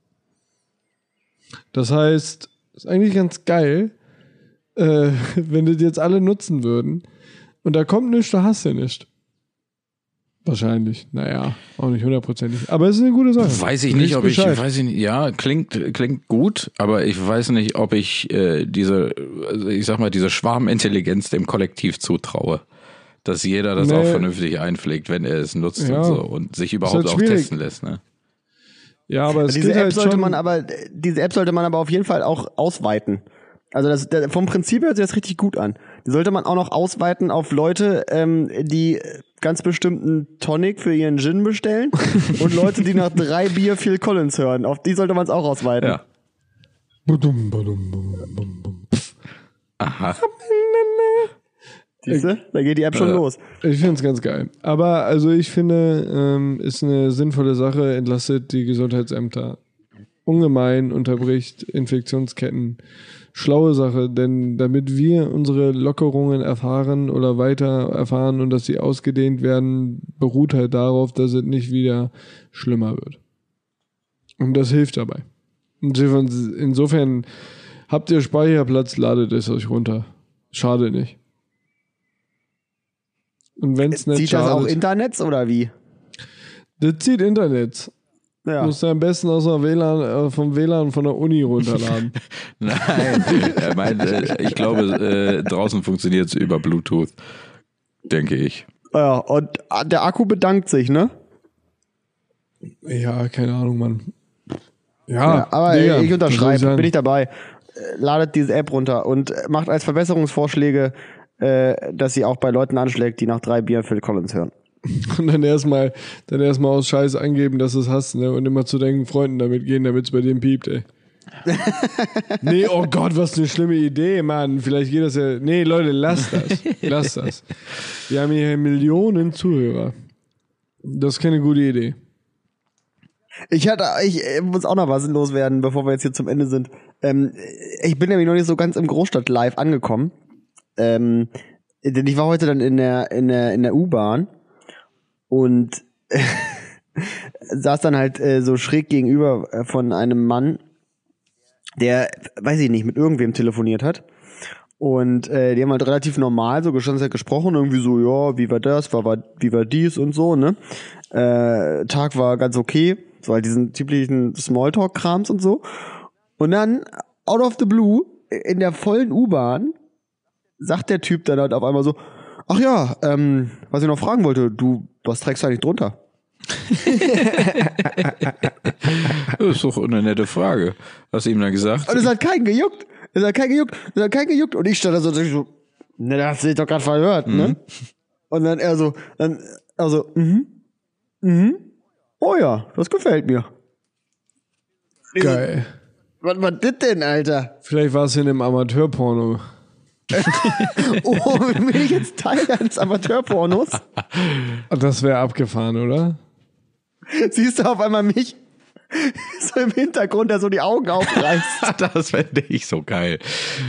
S2: Das heißt, ist eigentlich ganz geil, äh, wenn das jetzt alle nutzen würden. Und da kommt nichts, da hast du nichts. Wahrscheinlich. Naja, auch nicht hundertprozentig. Aber es ist eine gute Sache.
S3: Weiß ich
S2: Du
S3: nicht,
S2: weißt
S3: ob ich,
S2: Bescheid.
S3: weiß ich nicht, ja, klingt, klingt gut, aber ich weiß nicht, ob ich äh, diese, also ich sag mal, diese Schwarmintelligenz dem Kollektiv zutraue. Dass jeder das
S2: Nee.
S3: auch vernünftig einpflegt, wenn er es nutzt
S2: Ja.
S3: und so und sich überhaupt
S2: halt
S3: auch
S2: schwierig.
S3: testen lässt, ne?
S2: Ja, aber es
S1: Diese
S2: geht
S1: App
S2: halt
S1: sollte
S2: schon,
S1: man aber, diese App sollte man aber auf jeden Fall auch ausweiten. Also das, der, vom Prinzip hört sich das richtig gut an. Die sollte man auch noch ausweiten auf Leute, ähm, die ganz bestimmten Tonic für ihren Gin bestellen und Leute, die nach drei Bier Phil Collins hören. Auf die sollte man es auch ausweiten.
S3: Ja.
S2: Badum, badum, badum, badum.
S3: Aha.
S1: Siehst du? Da geht die App schon
S3: Äh.
S1: los.
S2: Ich finde es ganz geil. Aber also ich finde, ähm, ist eine sinnvolle Sache, entlastet die Gesundheitsämter ungemein, unterbricht Infektionsketten. Schlaue Sache, denn damit wir unsere Lockerungen erfahren oder weiter erfahren und dass sie ausgedehnt werden, beruht halt darauf, dass es nicht wieder schlimmer wird. Und das hilft dabei. Insofern, insofern habt ihr Speicherplatz, ladet es euch runter. Schade nicht. Und wenn es nicht
S1: Zieht das auch
S2: schadet,
S1: Internets oder wie?
S2: das zieht Internet.
S1: Ja.
S2: Musst du am besten aus der W L A N, äh, vom W L A N von der Uni runterladen.
S3: Nein, er meint, äh, ich glaube, äh, draußen funktioniert es über Bluetooth, denke ich.
S1: Ja, und der Akku bedankt sich, ne?
S2: Ja, keine Ahnung, Mann. Ja,
S1: Ja, aber
S2: Digga,
S1: ey, ich
S2: was soll
S1: unterschreibe,
S2: sagen?
S1: bin ich dabei. Äh, Ladet diese App runter und äh, macht als Verbesserungsvorschläge, äh, dass sie auch bei Leuten anschlägt, die nach drei Bier Phil Collins hören.
S2: Und dann erstmal dann erstmal aus Scheiß angeben, dass du es hast, ne? Und immer zu deinen Freunden damit gehen, damit es bei dem piept, ey. Nee, oh Gott, was eine schlimme Idee, Mann. Vielleicht geht das ja. Nee, Leute, lasst das. Lasst das. Wir haben hier Millionen Zuhörer. Das ist keine gute Idee.
S1: Ich hatte, ich äh, muss auch noch was loswerden, bevor wir jetzt hier zum Ende sind. Ähm, ich bin nämlich noch nicht so ganz im Großstadt live angekommen. Ähm, denn ich war heute dann in der, in der, in der U-Bahn und äh, saß dann halt äh, so schräg gegenüber äh, von einem Mann, der, weiß ich nicht, mit irgendwem telefoniert hat. Und äh, die haben halt relativ normal so geschont gesprochen, irgendwie so, ja, wie war das, war, war, wie war dies und so, ne? Äh, Tag war ganz okay, so halt diesen typischen Smalltalk-Krams und so. Und dann, out of the blue, in der vollen U-Bahn, sagt der Typ dann halt auf einmal so, ach ja, ähm, was ich noch fragen wollte, du, was trägst du eigentlich drunter?
S3: Das ist doch eine nette Frage. Hast du ihm dann gesagt?
S1: Und es hat keinen gejuckt. Es hat keinen gejuckt. Es hat keinen gejuckt. Und ich stand da so, so ne, das hast du dich doch gerade verhört, mhm. ne? Und dann er so, dann, also, mhm, mhm, oh ja, das gefällt mir.
S2: Geil.
S1: Was war das denn, Alter?
S2: Vielleicht war es in einem Amateurporno.
S1: Oh, bin ich jetzt Teil eines Amateurpornos?
S2: Das wäre abgefahren, oder?
S1: Siehst du auf einmal mich so im Hintergrund, der so die Augen aufreißt?
S3: Das fände ich so geil.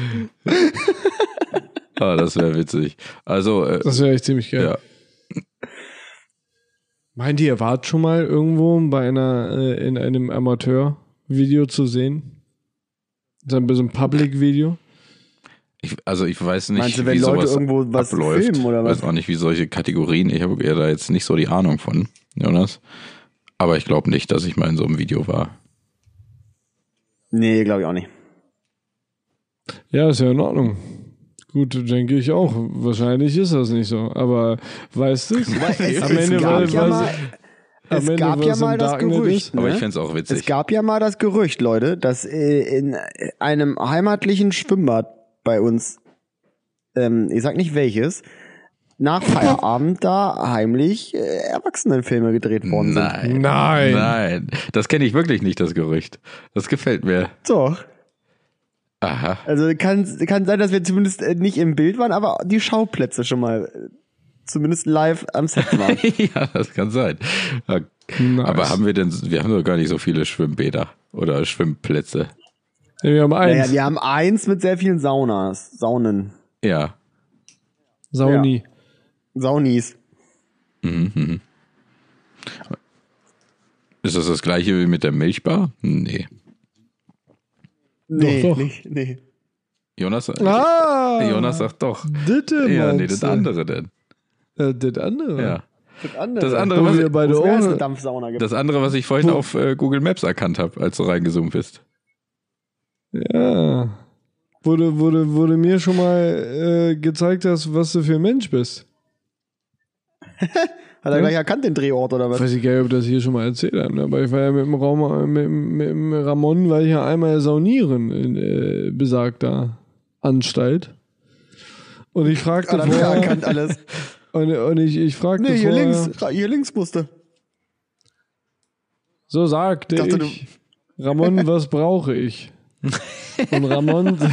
S3: Ah, das wäre witzig. Also, äh,
S2: das wäre echt ziemlich geil.
S3: Ja.
S2: Meint ihr, ihr wart schon mal irgendwo bei einer, äh, in einem Amateur-Video zu sehen? So ein bisschen Public-Video?
S3: Ich, also ich weiß nicht,
S1: Meinst du, wenn
S3: wie
S1: Leute
S3: sowas
S1: irgendwo was
S3: abläuft.
S1: filmen oder was?
S3: Ich weiß auch nicht, wie solche Kategorien, ich habe ja da jetzt nicht so die Ahnung von, Jonas. Aber ich glaube nicht, dass ich mal in so einem Video war.
S1: Nee, glaube ich auch nicht.
S2: Ja, ist ja in Ordnung. Gut, denke ich auch. Wahrscheinlich ist das nicht so. Aber weißt du,
S1: Es,
S2: am Ende
S1: es
S2: war
S1: gab ja
S2: was-
S1: mal,
S2: am
S1: es
S2: Ende
S1: gab ja
S2: was im
S1: mal das
S2: Darknet
S1: Gerücht,
S2: ist.
S1: ne?
S3: Aber ich fände es auch witzig.
S1: Es gab ja mal das Gerücht, Leute, dass äh, in einem heimatlichen Schwimmbad bei uns, ähm, ich sag nicht welches, nach Feierabend da heimlich äh, Erwachsenenfilme gedreht worden sind.
S3: Nein.
S2: Nein.
S3: Nein. Das kenne ich wirklich nicht, das Gerücht. Das gefällt mir.
S1: Doch.
S3: Aha.
S1: Also kann, kann sein, dass wir zumindest äh, nicht im Bild waren, aber die Schauplätze schon mal äh, zumindest live am Set waren.
S3: Ja, das kann sein. Ja,
S2: Nice.
S3: aber haben wir denn, wir haben doch gar nicht so viele Schwimmbäder oder Schwimmplätze.
S2: Ja, wir haben eins.
S1: Naja, wir haben eins mit sehr vielen Saunas, Saunen,
S3: Ja.
S2: Sauni.
S1: Saunis.
S3: Mhm, mhm. Ist das das gleiche wie mit der Milchbar? Nee.
S1: Nee,
S2: doch.
S1: nicht, nee.
S3: Jonas,
S2: Ah!
S3: Jonas sagt doch.
S2: Ditte,
S3: Ja, nee,
S2: meinst
S3: das
S2: du?
S3: andere denn.
S2: Äh, das andere?
S3: Ja.
S1: Das andere,
S3: Das andere,
S2: Wo
S3: was,
S2: wir beide
S1: wo es mehr als
S2: ohne-
S1: eine Dampfsauna gibt.
S3: das andere, was ich vorhin
S2: Wo-
S3: auf äh, Google Maps erkannt habe, als du reingezoomt bist.
S2: Ja. Wurde, wurde, wurde mir schon mal äh, gezeigt hast, was du für ein Mensch bist.
S1: Hat er gleich erkannt, den Drehort oder was?
S2: Weiß ich gar nicht, ob das hier schon mal erzählt haben, ne? Aber ich war ja mit dem Raum, mit, mit dem Ramon war ich ja einmal saunieren in äh, besagter Anstalt. Und ich fragte
S1: Hat er wieder
S2: vorher,
S1: erkannt alles.
S2: und, und ich, ich fragte
S1: Nee, hier
S2: vorher,
S1: links, hier links musste.
S2: so sagte
S1: Ich dachte,
S2: ich, Ramon, was brauche ich? Und Ramon, das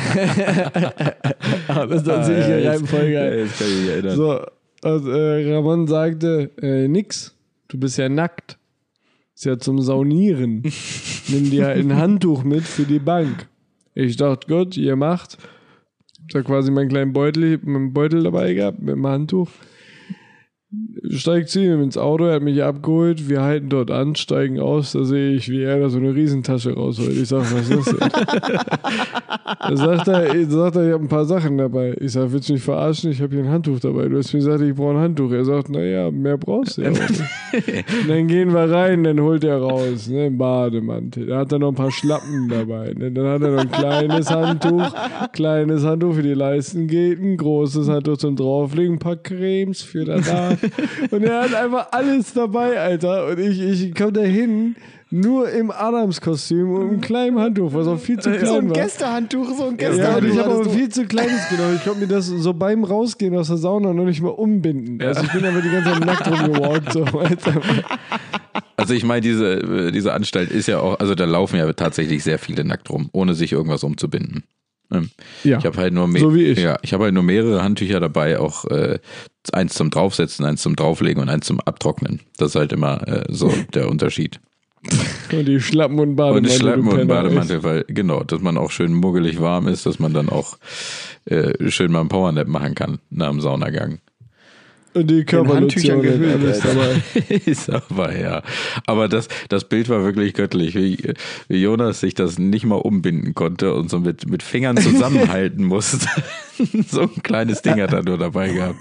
S2: ist tatsächlich hier rein voll geil.
S3: Das kann ich mich erinnern.
S2: So, und, äh, Ramon sagte, äh, nix, du bist ja nackt. Ist ja zum Saunieren. Nimm dir halt ein Handtuch mit für die Bank. Ich dachte, gut, ihr macht. Ich hab quasi meinen kleinen Beutel, meinen Beutel dabei gehabt, mit dem Handtuch. Steigt zu ihm ins Auto, er hat mich abgeholt, wir halten dort an, steigen aus, da sehe ich, wie er da so eine Riesentasche rausholt. Ich sag, was ist das denn? Da sagt er, er sagt er, ich habe ein paar Sachen dabei. Ich sag, willst du mich verarschen? Ich habe hier ein Handtuch dabei. Du hast mir gesagt, ich brauche ein Handtuch. Er sagt, naja, mehr brauchst du ja auch nicht. Und dann gehen wir rein, dann holt er raus, ne, einen Bademantel. Da hat er noch ein paar Schlappen dabei. Ne? Dann hat er noch ein kleines Handtuch, kleines Handtuch für die Leistengegend, großes Handtuch zum Drauflegen, ein paar Cremes für danach. Und er hat einfach alles dabei, Alter. Und ich, ich komme da hin, nur im Adams-Kostüm und einem kleinen Handtuch, was auch viel zu klein
S1: So ein
S2: war.
S1: Gästehandtuch, so ein
S2: Ja,
S1: Gästehandtuch.
S2: und ich habe
S1: hattest
S2: aber
S1: du.
S2: viel zu kleines genommen. Ich konnte mir das so beim Rausgehen aus der Sauna noch nicht mal umbinden. Also ich bin aber die ganze Zeit nackt rumgewalkt. So, Alter.
S3: Also ich meine, diese, diese Anstalt ist ja auch, also da laufen ja tatsächlich sehr viele nackt rum, ohne sich irgendwas umzubinden.
S2: Ja,
S3: ich habe halt nur mehr,
S2: so wie ich.
S3: Ja, ich habe halt nur mehrere Handtücher dabei, auch äh, eins zum Draufsetzen, eins zum Drauflegen und eins zum Abtrocknen. Das ist halt immer äh, so der Unterschied.
S2: Und die Schlappen und Bademantel.
S3: Und die Schlappen und
S2: Penner,
S3: Bademantel, weil genau, dass man auch schön muggelig warm ist, dass man dann auch äh, schön mal einen Powernap machen kann nach dem Saunagang.
S2: Und die Körperlotion ist dabei.
S3: Ist aber, ja. Aber das, das Bild war wirklich göttlich, wie, wie Jonas sich das nicht mal umbinden konnte und so mit, mit Fingern zusammenhalten musste. So ein kleines Ding hat er nur dabei gehabt.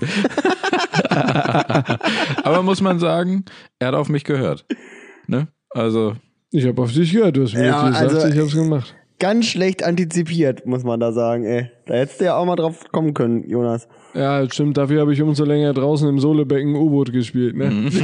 S3: Aber muss man sagen, er hat auf mich gehört. Ne? Also.
S2: Ich habe auf dich gehört, du hast mir
S1: Ja,
S2: gesagt,
S1: also,
S2: ich hab's gemacht.
S1: Ganz schlecht antizipiert, muss man da sagen, ey. Da hättest du ja auch mal drauf kommen können, Jonas.
S2: Ja, stimmt, dafür habe ich umso länger draußen im Sohlebecken U-Boot gespielt, ne?
S3: Mhm.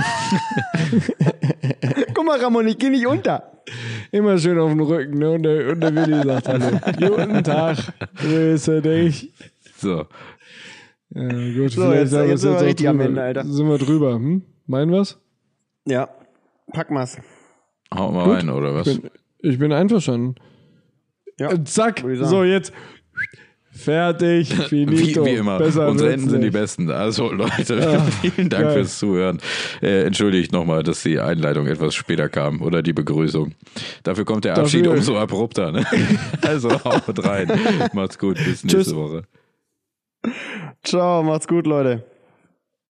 S1: Guck mal, Ramon, ich geh nicht unter.
S2: Immer schön auf den Rücken, ne? Und der, und der Willi sagt hallo. Guten Tag, grüße dich.
S3: So.
S2: Ja, gut,
S1: So,
S2: vielleicht
S1: jetzt-
S2: haben wir
S1: jetzt
S2: es
S1: sind wir
S2: auch
S1: richtig am
S2: drüber.
S1: Ende, Alter.
S2: Sind wir drüber, hm? Meinen was?
S1: Ja, pack mal's.
S3: Hau mal
S2: Gut.
S3: rein, oder was?
S2: Ich bin, ich bin einverstanden.
S1: Ja,
S2: Äh, Zack,
S1: würde ich sagen.
S2: so jetzt fertig,
S3: Wie,
S2: finito.
S3: wie immer.
S2: Besser
S3: Unsere
S2: wird's
S3: Enden sind die
S2: nicht.
S3: besten. Also Leute,
S2: Ah,
S3: vielen Dank
S2: geil.
S3: fürs Zuhören. Äh, entschuldigt nochmal, dass die Einleitung etwas später kam oder die Begrüßung. Dafür kommt der Abschied
S2: Dafür-
S3: umso abrupter. Ne? Also haut rein. Macht's gut, bis nächste
S2: Tschüss.
S3: Woche.
S1: Ciao, macht's gut, Leute.